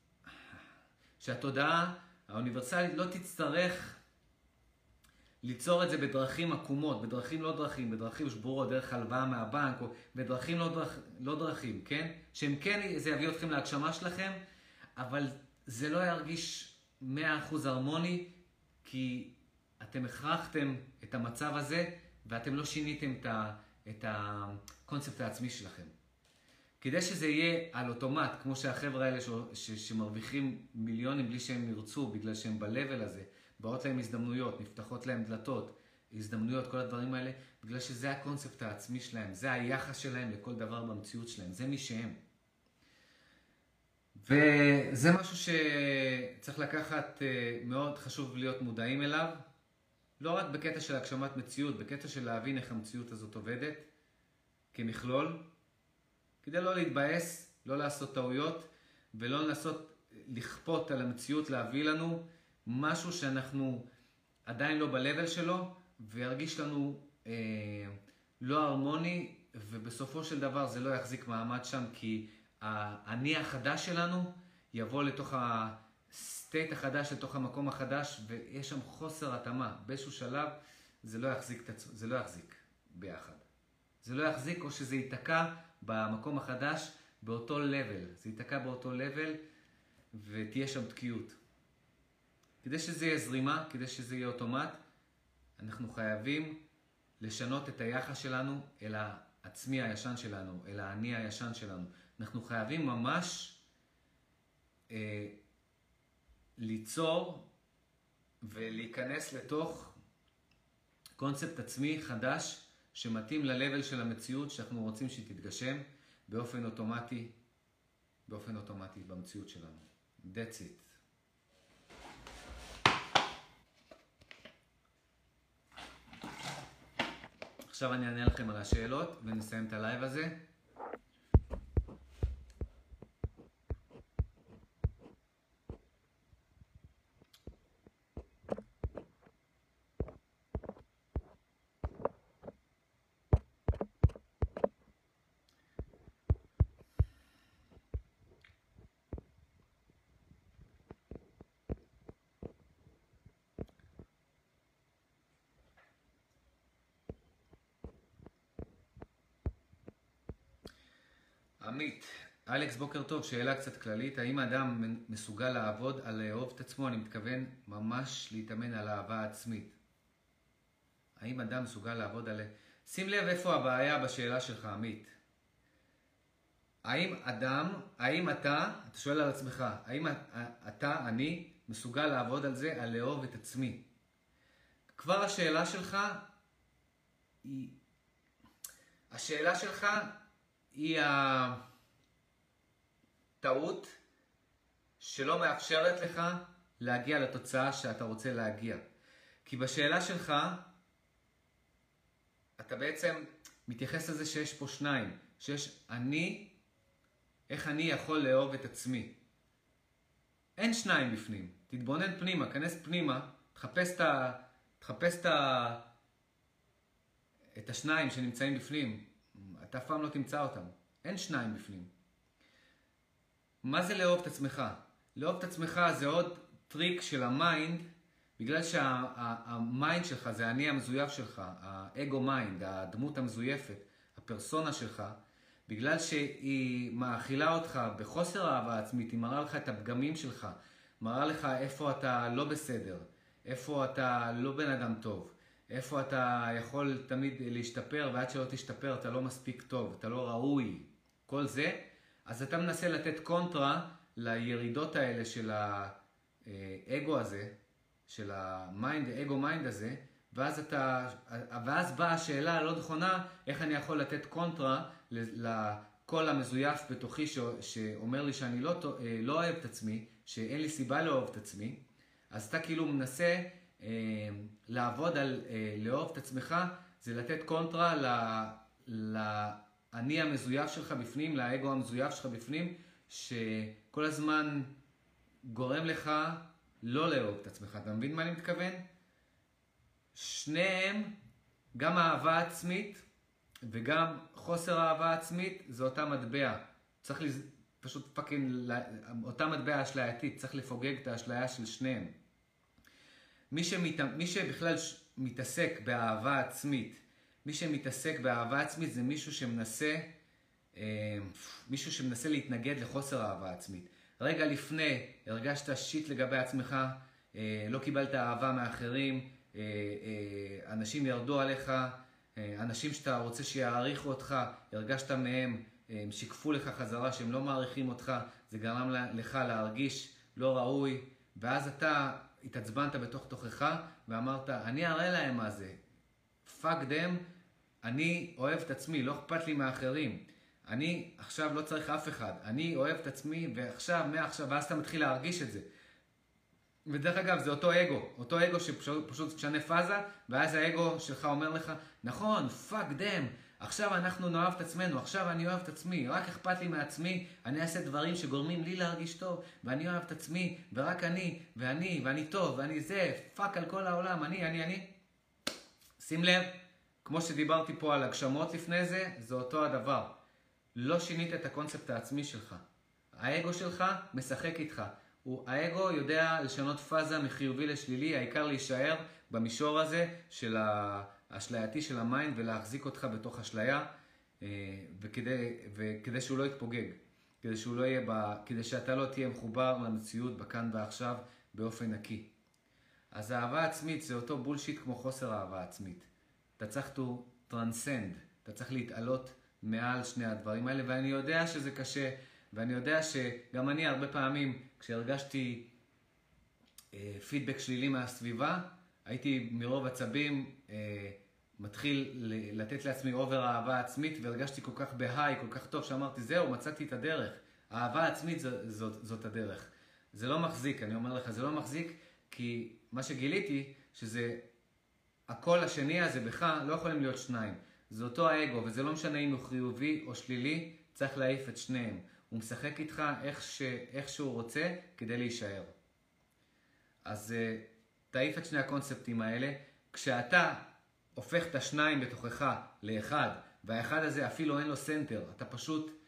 שהתודעה האוניברסלית לא תצטרך ליצור את זה בדרכים עקומות, בדרכים לא דרכים, בדרכים שבורות, דרך הלוואה מהבנק, או בדרכים לא, דרכ, לא דרכים, כן? שהם כן, זה יביא אתכם להגשמה שלכם, אבל זה לא ירגיש מאה אחוז הרמוני, כי אתם הכרחתם את המצב הזה, ואתם לא שיניתם את, ה, את הקונספט העצמי שלכם. כדי שזה יהיה על אוטומט, כמו שהחבר'ה האלה ש, ש, שמרוויחים מיליונים בלי שהם ירצו, בגלל שהם ב-level הזה, באות להם הזדמנויות, נפתחות להם דלתות, הזדמנויות, כל הדברים האלה, בגלל שזה הקונספט העצמי שלהם, זה היחס שלהם לכל דבר במציאות שלהם, זה מי שהם. וזה משהו שצריך לקחת, מאוד חשוב להיות מודעים אליו, לא רק בקטע של הגשמת מציאות, בקטע של להבין איך המציאות הזאת עובדת, כמכלול, כדי לא להתבאס, לא לעשות טעויות, ולא לנסות לכפות על המציאות להביא לנו משהו שאנחנו עדיין לא ב-level שלו, וירגיש לנו אה, לא הרמוני, ובסופו של דבר זה לא יחזיק מעמד שם, כי האני החדש שלנו יבוא לתוך הסטייט החדש, לתוך המקום החדש, ויש שם חוסר התאמה. באיזשהו שלב זה לא יחזיק, זה לא יחזיק ביחד. זה לא יחזיק או שזה ייתקע במקום החדש באותו level. זה ייתקע באותו level ותהיה שם תקיעות. כדי שזה יהיה זרימה, כדי שזה יהיה אוטומט, אנחנו חייבים לשנות את היחס שלנו אל העצמי הישן שלנו, אל האני הישן שלנו. אנחנו חייבים ממש אה, ליצור ולהיכנס לתוך קונספט עצמי חדש שמתאים ל-level של המציאות שאנחנו רוצים שתתגשם באופן אוטומטי, באופן אוטומטי במציאות שלנו. That's it. עכשיו אני אענה לכם על השאלות ונסיים את הלייב הזה. עמית, אלכס, בוקר טוב, שאלה קצת כללית, האם האדם מסוגל לעבוד על לאהוב את עצמו? אני מתכוון ממש להתאמן על אהבה עצמית. האם אדם מסוגל לעבוד על... שים לב איפה הבעיה בשאלה שלך, עמית. האם אדם, האם אתה, אתה שואל על עצמך, האם אתה, אני, מסוגל לעבוד על זה, על לאהוב את עצמי? כבר השאלה שלך היא... השאלה שלך... היא הטעות שלא מאפשרת לך להגיע לתוצאה שאתה רוצה להגיע. כי בשאלה שלך, אתה בעצם מתייחס לזה שיש פה שניים. שיש אני, איך אני יכול לאהוב את עצמי. אין שניים בפנים. תתבונן פנימה, כנס פנימה, תחפש את, ה, תחפש את, ה, את השניים שנמצאים בפנים. אתה אף פעם לא תמצא אותם. אין שניים בפנים. מה זה לאהוב את עצמך? לאהוב את עצמך זה עוד טריק של המיינד, בגלל שהמיינד שלך זה האני המזויף שלך, האגו מיינד, הדמות המזויפת, הפרסונה שלך, בגלל שהיא מאכילה אותך בחוסר אהבה עצמית, היא מראה לך את הפגמים שלך, מראה לך איפה אתה לא בסדר, איפה אתה לא בן אדם טוב, איפה אתה יכול תמיד להשתפר, ועד שלא תשתפר אתה לא מספיק טוב, אתה לא ראוי, כל זה. אז אתה מנסה לתת קונטרה לירידות האלה של האגו הזה, של המיינד, האגו מיינד הזה, ואז, אתה, ואז באה השאלה הלא נכונה, איך אני יכול לתת קונטרה לקול המזויף בתוכי ש, שאומר לי שאני לא, לא אוהב את עצמי, שאין לי סיבה לאהוב את עצמי. אז אתה כאילו מנסה אה, לעבוד על אה, לאהוב את עצמך, זה לתת קונטרה ל, לאני המזויף שלך בפנים, לאגו המזויף שלך בפנים, שכל הזמן גורם לך לא לאהוב את עצמך. אתה מבין מה אני מתכוון? שניהם, גם אהבה עצמית וגם חוסר אהבה עצמית, זה אותה מטבע. צריך לז... פשוט פאקינג, אותה מטבע אשלייתית, צריך לפוגג את האשליה של שניהם. מי, שמת... מי שבכלל מתעסק באהבה עצמית, מי שמתעסק באהבה עצמית זה מישהו שמנסה, אה, מישהו שמנסה להתנגד לחוסר אהבה עצמית. רגע לפני, הרגשת שיט לגבי עצמך, אה, לא קיבלת אהבה מאחרים, אה, אה, אנשים ירדו עליך, אה, אנשים שאתה רוצה שיעריכו אותך, הרגשת מהם, הם שיקפו לך חזרה שהם לא מעריכים אותך, זה גרם לך להרגיש לא ראוי, ואז אתה התעצבנת בתוך תוכך ואמרת, אני אראה להם מה זה. fuck them, אני אוהב את עצמי, לא אכפת לי מאחרים. אני עכשיו לא צריך אף אחד, אני אוהב את עצמי ועכשיו, מעכשיו, ואז אתה מתחיל להרגיש את זה. ודרך אגב, זה אותו אגו, אותו אגו שפשוט משנה פאזה, ואז האגו שלך אומר לך, נכון, fuck them, עכשיו אנחנו נאהב את עצמנו, עכשיו אני אוהב את עצמי, רק אכפת לי מעצמי, אני אעשה דברים שגורמים לי להרגיש טוב, ואני אוהב את עצמי, ורק אני, ואני, ואני טוב, ואני זה, פאק על כל העולם, אני, אני, אני. שים לב, כמו שדיברתי פה על הגשמות לפני זה, זה אותו הדבר. לא שינית את הקונספט העצמי שלך. האגו שלך משחק איתך. הוא, האגו יודע לשנות פאזה מחיובי לשלילי, העיקר להישאר במישור הזה של האשלייתי של המיינד ולהחזיק אותך בתוך אשליה, וכדי, וכדי שהוא לא יתפוגג, כדי, שהוא לא יהיה ב, כדי שאתה לא תהיה מחובר למציאות בכאן ועכשיו באופן נקי. אז האהבה עצמית זה אותו בולשיט כמו חוסר אהבה עצמית. אתה צריך to transcend, אתה צריך להתעלות מעל שני הדברים האלה, ואני יודע שזה קשה, ואני יודע שגם אני הרבה פעמים, כשהרגשתי אה, פידבק שלילי מהסביבה, הייתי מרוב עצבים אה, מתחיל לתת לעצמי אובר אהבה עצמית, והרגשתי כל כך בהיי, כל כך טוב, שאמרתי, זהו, מצאתי את הדרך. האהבה עצמית זאת, זאת, זאת הדרך. זה לא מחזיק, אני אומר לך, זה לא מחזיק, כי מה שגיליתי, שזה הקול השני הזה בך, לא יכולים להיות שניים. זה אותו האגו, וזה לא משנה אם הוא חיובי או שלילי, צריך להעיף את שניהם. הוא משחק איתך איך, ש... איך שהוא רוצה כדי להישאר. אז uh, תעיף את שני הקונספטים האלה. כשאתה הופך את השניים בתוכך לאחד, והאחד הזה אפילו אין לו סנטר, אתה פשוט...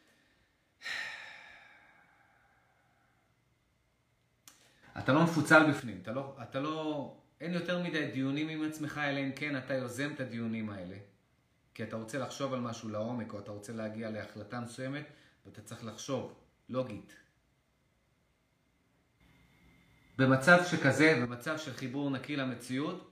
אתה לא מפוצל בפנים, אתה לא... אתה לא... אין יותר מדי דיונים עם עצמך, אלא אם כן אתה יוזם את הדיונים האלה. כי אתה רוצה לחשוב על משהו לעומק, או אתה רוצה להגיע להחלטה מסוימת, ואתה צריך לחשוב, לוגית. במצב שכזה, במצב של חיבור נקי למציאות,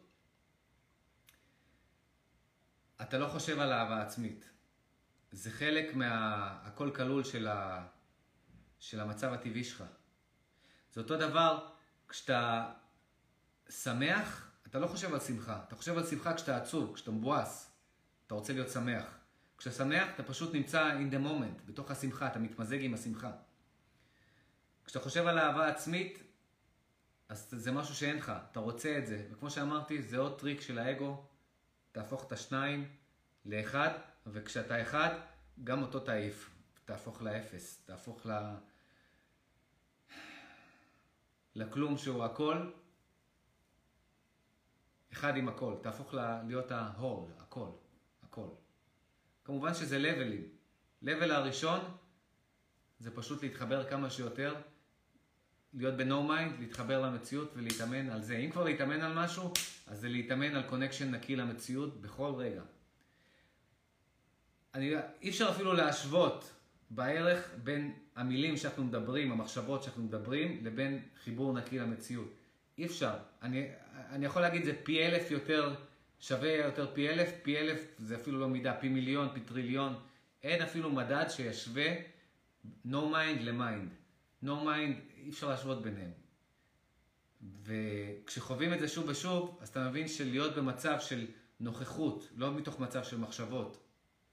אתה לא חושב על אהבה עצמית. זה חלק מה... הכל כלול של, ה... של המצב הטבעי שלך. זה אותו דבר, כשאתה שמח, אתה לא חושב על שמחה. אתה חושב על שמחה כשאתה עצוב, כשאתה מבואס. אתה רוצה להיות שמח. כשאתה שמח, אתה פשוט נמצא in the moment, בתוך השמחה, אתה מתמזג עם השמחה. כשאתה חושב על אהבה עצמית, אז זה משהו שאין לך, אתה רוצה את זה. וכמו שאמרתי, זה עוד טריק של האגו, תהפוך את השניים לאחד, וכשאתה אחד, גם אותו תעיף, תהפוך לאפס, תהפוך ל... לכלום שהוא הכל, אחד עם הכל, תהפוך ל... להיות ההול, הכל, הכל. כמובן שזה לבלים. לבל הראשון זה פשוט להתחבר כמה שיותר, להיות ב-no mind, להתחבר למציאות ולהתאמן על זה. אם כבר להתאמן על משהו, אז זה להתאמן על קונקשן נקי למציאות בכל רגע. אני, אי אפשר אפילו להשוות בערך בין המילים שאנחנו מדברים, המחשבות שאנחנו מדברים, לבין חיבור נקי למציאות. אי אפשר. אני, אני יכול להגיד זה פי אלף יותר שווה יותר פי אלף, פי אלף זה אפילו לא מידה, פי מיליון, פי טריליון. אין אפילו מדד שישווה no mind ל-mind. no mind, אי אפשר להשוות ביניהם. וכשחווים את זה שוב ושוב, אז אתה מבין שלהיות במצב של נוכחות, לא מתוך מצב של מחשבות.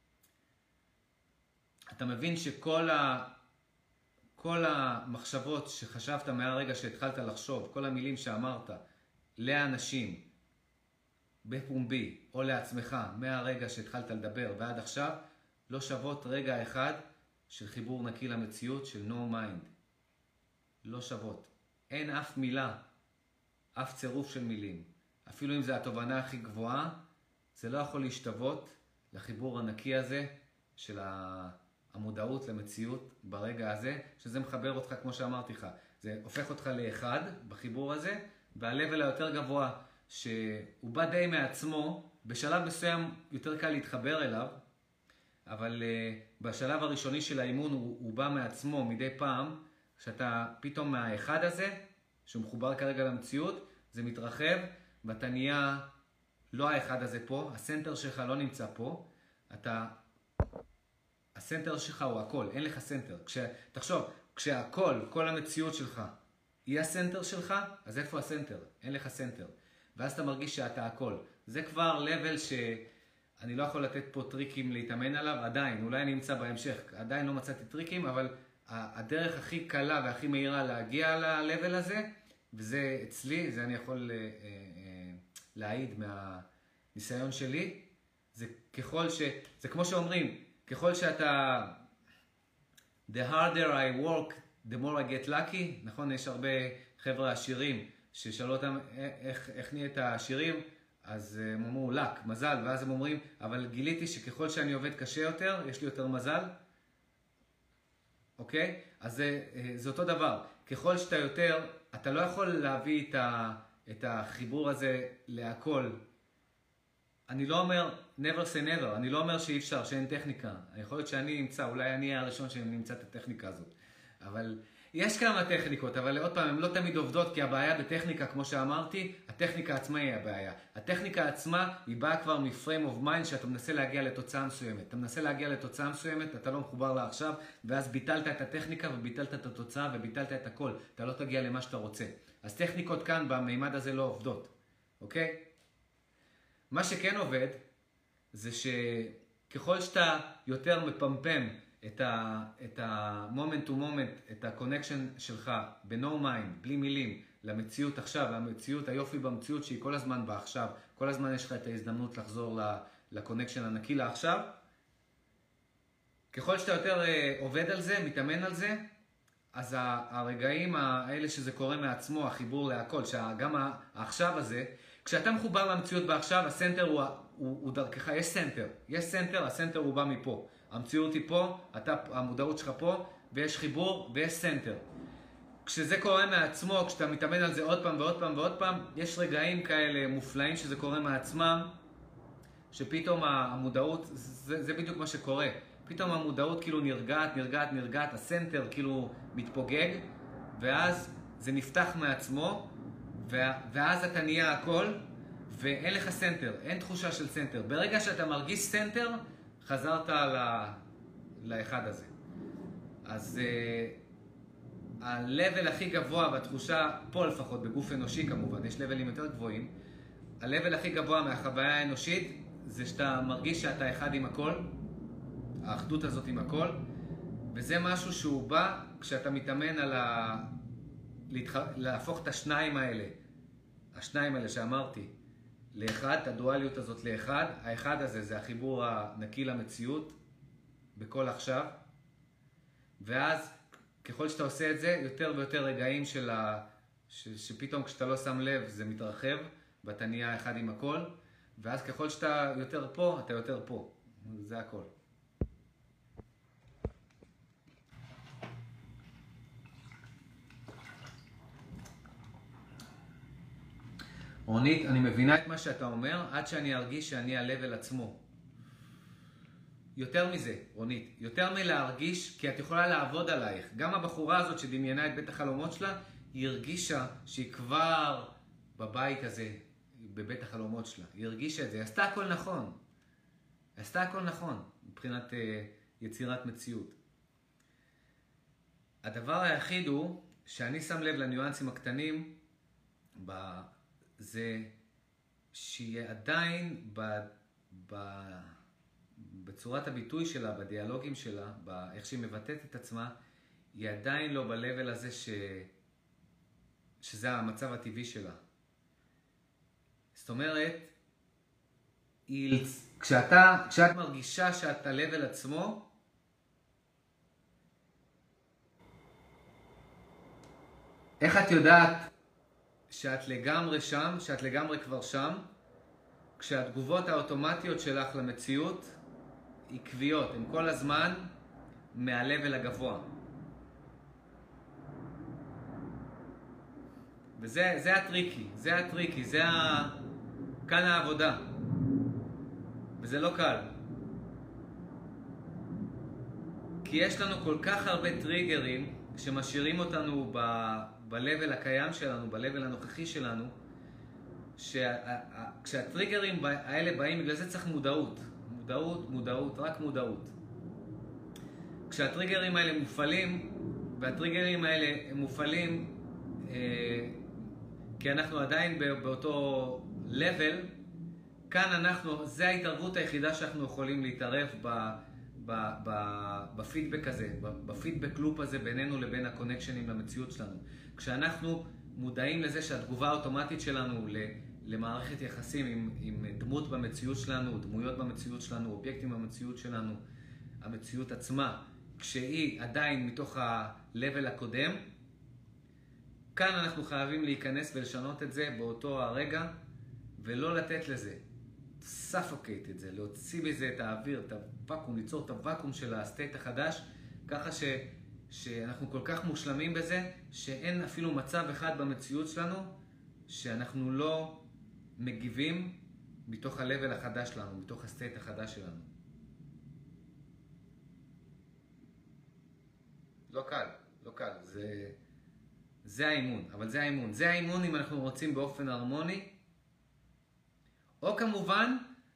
אתה מבין שכל ה... כל המחשבות שחשבת מהרגע שהתחלת לחשוב, כל המילים שאמרת לאנשים, בפומבי או לעצמך, מהרגע שהתחלת לדבר ועד עכשיו, לא שוות רגע אחד של חיבור נקי למציאות של no mind. לא שוות. אין אף מילה, אף צירוף של מילים. אפילו אם זה התובנה הכי גבוהה, זה לא יכול להשתוות לחיבור הנקי הזה של המודעות למציאות ברגע הזה, שזה מחבר אותך, כמו שאמרתי לך. זה הופך אותך לאחד בחיבור הזה, והלבל היותר גבוה, שהוא בא די מעצמו, בשלב מסוים יותר קל להתחבר אליו, אבל uh, בשלב הראשוני של האימון הוא, הוא בא מעצמו מדי פעם, שאתה פתאום מהאחד הזה, שהוא מחובר כרגע למציאות, זה מתרחב, ואתה נהיה לא האחד הזה פה, הסנטר שלך לא נמצא פה, אתה, הסנטר שלך הוא הכל, אין לך סנטר. כש, תחשוב, כשהכל, כל המציאות שלך, היא הסנטר שלך, אז איפה הסנטר? אין לך סנטר. ואז אתה מרגיש שאתה הכל. זה כבר לבל שאני לא יכול לתת פה טריקים להתאמן עליו, עדיין, אולי אני אמצא בהמשך, עדיין לא מצאתי טריקים, אבל הדרך הכי קלה והכי מהירה להגיע ללבל הזה, וזה אצלי, זה אני יכול אה, אה, להעיד מהניסיון שלי, זה ככל ש... זה כמו שאומרים, ככל שאתה... The harder I work, the more I get lucky, נכון? יש הרבה חבר'ה עשירים ששאלו אותם איך, איך נהיית העשירים, אז הם אמרו לק, מזל, ואז הם אומרים, אבל גיליתי שככל שאני עובד קשה יותר, יש לי יותר מזל, אוקיי? אז זה, זה אותו דבר. ככל שאתה יותר, אתה לא יכול להביא את, ה, את החיבור הזה להכל. אני לא אומר, never say never, אני לא אומר שאי אפשר, שאין טכניקה. יכול להיות שאני אמצא, אולי אני אהיה הראשון שנמצא את הטכניקה הזאת. אבל יש כמה טכניקות, אבל עוד פעם, הן לא תמיד עובדות, כי הבעיה בטכניקה, כמו שאמרתי, הטכניקה עצמה היא הבעיה. הטכניקה עצמה היא באה כבר מפריים אוף מיינד, שאתה מנסה להגיע לתוצאה מסוימת. אתה מנסה להגיע לתוצאה מסוימת, אתה לא מחובר לה עכשיו, ואז ביטלת את הטכניקה וביטלת את התוצאה וביטלת את הכל. אתה לא תגיע למה שאתה רוצה. אז טכניקות כאן במימד הזה לא עובדות, אוקיי? מה שכן עובד, זה שככל שאתה יותר מפמפם את ה את ה-moment to moment, את ה-connection שלך ב-no mind, בלי מילים, למציאות עכשיו, המציאות, היופי במציאות שהיא כל הזמן בעכשיו, כל הזמן יש לך את ההזדמנות לחזור ל-connection הנקי לעכשיו. ככל שאתה יותר עובד על זה, מתאמן על זה, אז הרגעים האלה שזה קורה מעצמו, החיבור להכל, שגם העכשיו הזה, כשאתה מחובר למציאות בעכשיו, הסנטר הוא, הוא, הוא דרכך, יש סנטר, יש סנטר, הסנטר הוא בא מפה. המציאות היא פה, אתה, המודעות שלך פה, ויש חיבור ויש סנטר. כשזה קורה מעצמו, כשאתה מתאמן על זה עוד פעם ועוד פעם ועוד פעם, יש רגעים כאלה מופלאים שזה קורה מעצמם, שפתאום המודעות, זה, זה בדיוק מה שקורה. פתאום המודעות כאילו נרגעת, נרגעת, נרגעת, הסנטר כאילו מתפוגג, ואז זה נפתח מעצמו, ואז אתה נהיה הכל, ואין לך סנטר, אין תחושה של סנטר. ברגע שאתה מרגיש סנטר, חזרת לאחד הזה. אז uh, הלבל הכי גבוה בתחושה, פה לפחות, בגוף אנושי כמובן, יש לבלים יותר גבוהים, הלבל הכי גבוה מהחוויה האנושית, זה שאתה מרגיש שאתה אחד עם הכל, האחדות הזאת עם הכל, וזה משהו שהוא בא כשאתה מתאמן על ה... להתח... להפוך את השניים האלה, השניים האלה שאמרתי, לאחד, את הדואליות הזאת לאחד. האחד הזה זה החיבור הנקי למציאות, בכל עכשיו. ואז, ככל שאתה עושה את זה, יותר ויותר רגעים של ה... ש... שפתאום כשאתה לא שם לב זה מתרחב, ואתה נהיה אחד עם הכל. ואז ככל שאתה יותר פה, אתה יותר פה. זה הכל. רונית, אני מבינה את מה שאתה אומר, עד שאני ארגיש שאני הלבל עצמו. יותר מזה, רונית, יותר מלהרגיש, כי את יכולה לעבוד עלייך. גם הבחורה הזאת שדמיינה את בית החלומות שלה, היא הרגישה שהיא כבר בבית הזה, בבית החלומות שלה. היא הרגישה את זה, היא עשתה הכל נכון. היא עשתה הכל נכון, מבחינת uh, יצירת מציאות. הדבר היחיד הוא, שאני שם לב לניואנסים הקטנים, ב... זה שהיא עדיין ב... ב... בצורת הביטוי שלה, בדיאלוגים שלה, באיך שהיא מבטאת את עצמה, היא עדיין לא ב-level הזה ש... שזה המצב הטבעי שלה. זאת אומרת, היא... כשאתה, כשאת מרגישה שאת ה-level עצמו, איך את יודעת שאת לגמרי שם, שאת לגמרי כבר שם, כשהתגובות האוטומטיות שלך למציאות עקביות, הן כל הזמן מה-level הגבוה. וזה זה הטריקי, זה הטריקי, זה ה... כאן העבודה. וזה לא קל. כי יש לנו כל כך הרבה טריגרים שמשאירים אותנו ב-level הקיים שלנו, ב-level הנוכחי שלנו, שכשהטריגרים האלה באים, בגלל זה צריך מודעות. מודעות, מודעות, רק מודעות. כשהטריגרים האלה מופעלים, והטריגרים האלה מופעלים אה, כי אנחנו עדיין באותו level, כאן אנחנו, זה ההתערבות היחידה שאנחנו יכולים להתערב ב, ב, ב, בפידבק הזה, בפידבק לופ הזה בינינו לבין הקונקשנים למציאות שלנו. כשאנחנו מודעים לזה שהתגובה האוטומטית שלנו למערכת יחסים עם, עם דמות במציאות שלנו, דמויות במציאות שלנו, אובייקטים במציאות שלנו, המציאות עצמה, כשהיא עדיין מתוך ה-level הקודם, כאן אנחנו חייבים להיכנס ולשנות את זה באותו הרגע, ולא לתת לזה, ספוקייט את זה, להוציא בזה את האוויר, את הוואקום, ליצור את הוואקום של הסטייט החדש, ככה ש, שאנחנו כל כך מושלמים בזה, שאין אפילו מצב אחד במציאות שלנו, שאנחנו לא מגיבים מתוך ה-level החדש שלנו, מתוך הסטייט החדש שלנו. לא קל, לא קל, זה, זה האימון, אבל זה האימון. זה האימון אם אנחנו רוצים באופן הרמוני, או כמובן,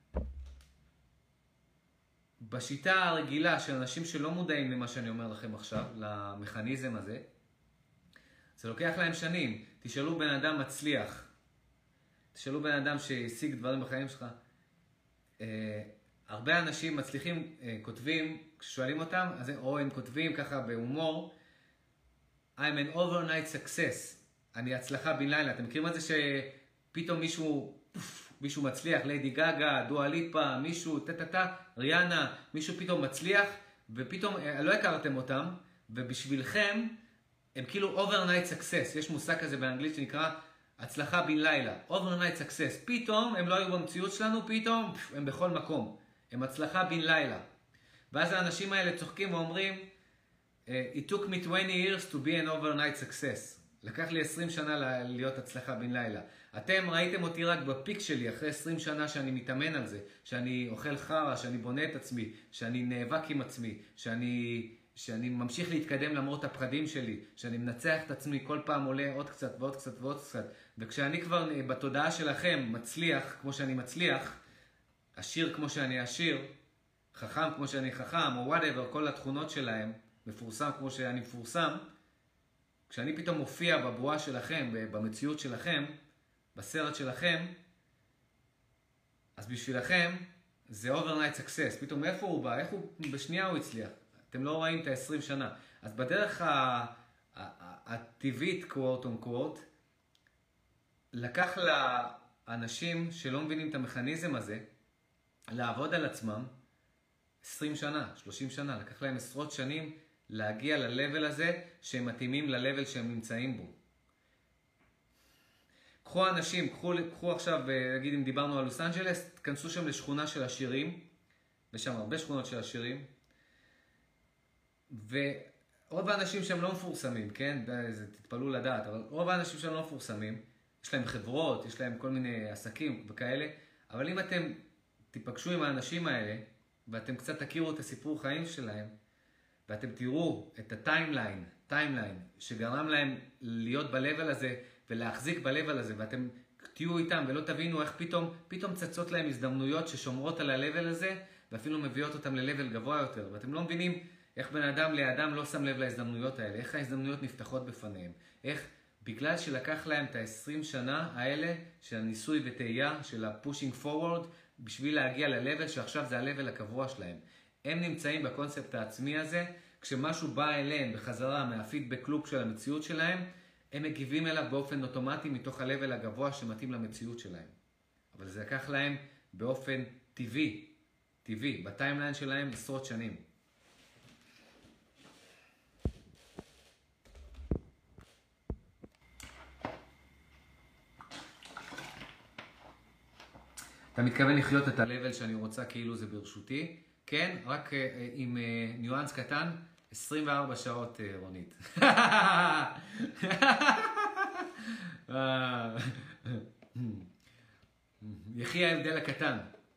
בשיטה הרגילה של אנשים שלא מודעים למה שאני אומר לכם עכשיו, למכניזם הזה, זה לוקח להם שנים. תשאלו בן אדם מצליח, תשאלו בן אדם שהשיג דברים בחיים שלך. אה, הרבה אנשים מצליחים, אה, כותבים, כששואלים אותם, אז, או הם כותבים ככה בהומור, I'm an overnight success, אני הצלחה בן לילה. אתם מכירים את זה שפתאום מישהו... מישהו מצליח, ליידי גגה, דואה ליפה, מישהו, טה-טה-טה, ריאנה, מישהו פתאום מצליח, ופתאום לא הכרתם אותם, ובשבילכם הם כאילו overnight success. יש מושג כזה באנגלית שנקרא הצלחה בן לילה, overnight success. פתאום הם לא היו במציאות שלנו, פתאום הם בכל מקום. הם הצלחה בן לילה. ואז האנשים האלה צוחקים ואומרים, It took me twenty years to be an overnight success. לקח לי עשרים שנה להיות הצלחה בן לילה. אתם ראיתם אותי רק בפיק שלי, אחרי עשרים שנה שאני מתאמן על זה, שאני אוכל חרה, שאני בונה את עצמי, שאני נאבק עם עצמי, שאני, שאני ממשיך להתקדם למרות הפחדים שלי, שאני מנצח את עצמי, כל פעם עולה עוד קצת ועוד קצת ועוד קצת. וכשאני כבר בתודעה שלכם מצליח כמו שאני מצליח, עשיר כמו שאני עשיר, חכם כמו שאני חכם, או whatever, כל התכונות שלהם, מפורסם כמו שאני מפורסם, כשאני פתאום מופיע בבועה שלכם, במציאות שלכם, בסרט שלכם, אז בשבילכם זה overnight success. פתאום מאיפה הוא בא? איך הוא, בשנייה הוא הצליח. אתם לא רואים את ה-עשרים שנה. אז בדרך הטבעית, quote on quote, לקח לאנשים שלא מבינים את המכניזם הזה, לעבוד על עצמם עשרים שנה, שלושים שנה. לקח להם עשרות שנים להגיע ל-level הזה שהם מתאימים ל-level שהם נמצאים בו. קחו אנשים, קחו, קחו עכשיו, נגיד אם דיברנו על לוס אנג'לס, תכנסו שם לשכונה של עשירים, ושם הרבה שכונות של עשירים, ורוב האנשים שם לא מפורסמים, כן? זה, תתפלאו לדעת, אבל רוב האנשים שם לא מפורסמים, יש להם חברות, יש להם כל מיני עסקים וכאלה, אבל אם אתם תיפגשו עם האנשים האלה, ואתם קצת תכירו את הסיפור חיים שלהם, ואתם תראו את הטיימליין, טיימליין, שגרם להם להיות ב-level הזה, ולהחזיק ב-level הזה, ואתם תהיו איתם ולא תבינו איך פתאום, פתאום צצות להם הזדמנויות ששומרות על ה-level הזה, ואפילו מביאות אותם ל-level גבוה יותר. ואתם לא מבינים איך בן אדם לאדם לא שם לב להזדמנויות האלה, איך ההזדמנויות נפתחות בפניהם, איך בגלל שלקח להם את ה-עשרים שנה האלה של הניסוי וטעייה, של ה-pushing forward, בשביל להגיע ל-level שעכשיו זה ה-level הקבוע שלהם. הם נמצאים בקונספט העצמי הזה, כשמשהו בא אליהם בחזרה מהפידבק לופ של המציאות שלהם, הם מגיבים אליו באופן אוטומטי מתוך ה-level הגבוה שמתאים למציאות שלהם. אבל זה לקח להם באופן טבעי, טבעי, בטיימליין שלהם עשרות שנים. אתה מתכוון לחיות את ה-level שאני רוצה כאילו זה ברשותי? כן, רק uh, עם uh, ניואנס קטן, עשרים וארבע שעות, uh, רונית. יחי ההבדל הקטן.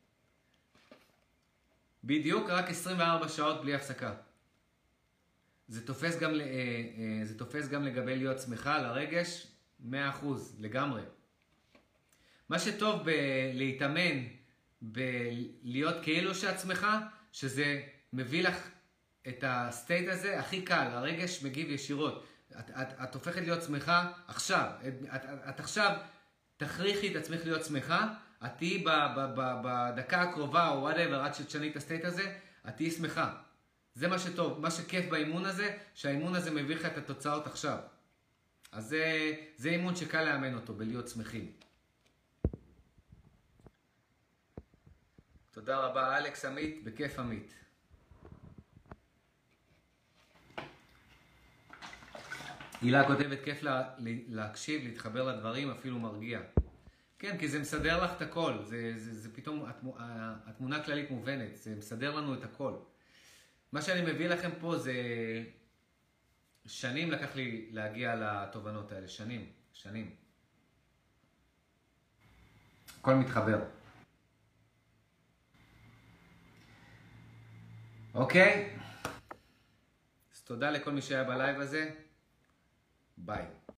בדיוק, רק עשרים וארבע שעות בלי הפסקה. זה תופס גם, uh, uh, זה תופס גם לגבי להיות שמחה, לרגש, מאה אחוז, לגמרי. מה שטוב בלהתאמן, בלהיות כאילו שעצמך, שזה מביא לך את הסטייט הזה הכי קל, הרגש מגיב ישירות. את, את, את הופכת להיות שמחה עכשיו, את, את, את עכשיו תכריחי את עצמך להיות שמחה, את תהיי ב, ב, ב, בדקה הקרובה או whatever, עד שתשני את הסטייט הזה, את תהיי שמחה. זה מה שטוב, מה שכיף באימון הזה, שהאימון הזה מביא לך את התוצאות עכשיו. אז זה, זה אימון שקל לאמן אותו, בלהיות שמחים. תודה רבה, אלכס עמית, בכיף עמית. הילה כותבת, כיף לה, להקשיב, להתחבר לדברים, אפילו מרגיע. כן, כי זה מסדר לך את הכל. זה, זה, זה פתאום, התמונה הכללית מובנת, זה מסדר לנו את הכל. מה שאני מביא לכם פה זה שנים לקח לי להגיע לתובנות האלה, שנים, שנים. הכל מתחבר. אוקיי, אז תודה לכל מי שהיה בלייב הזה, ביי.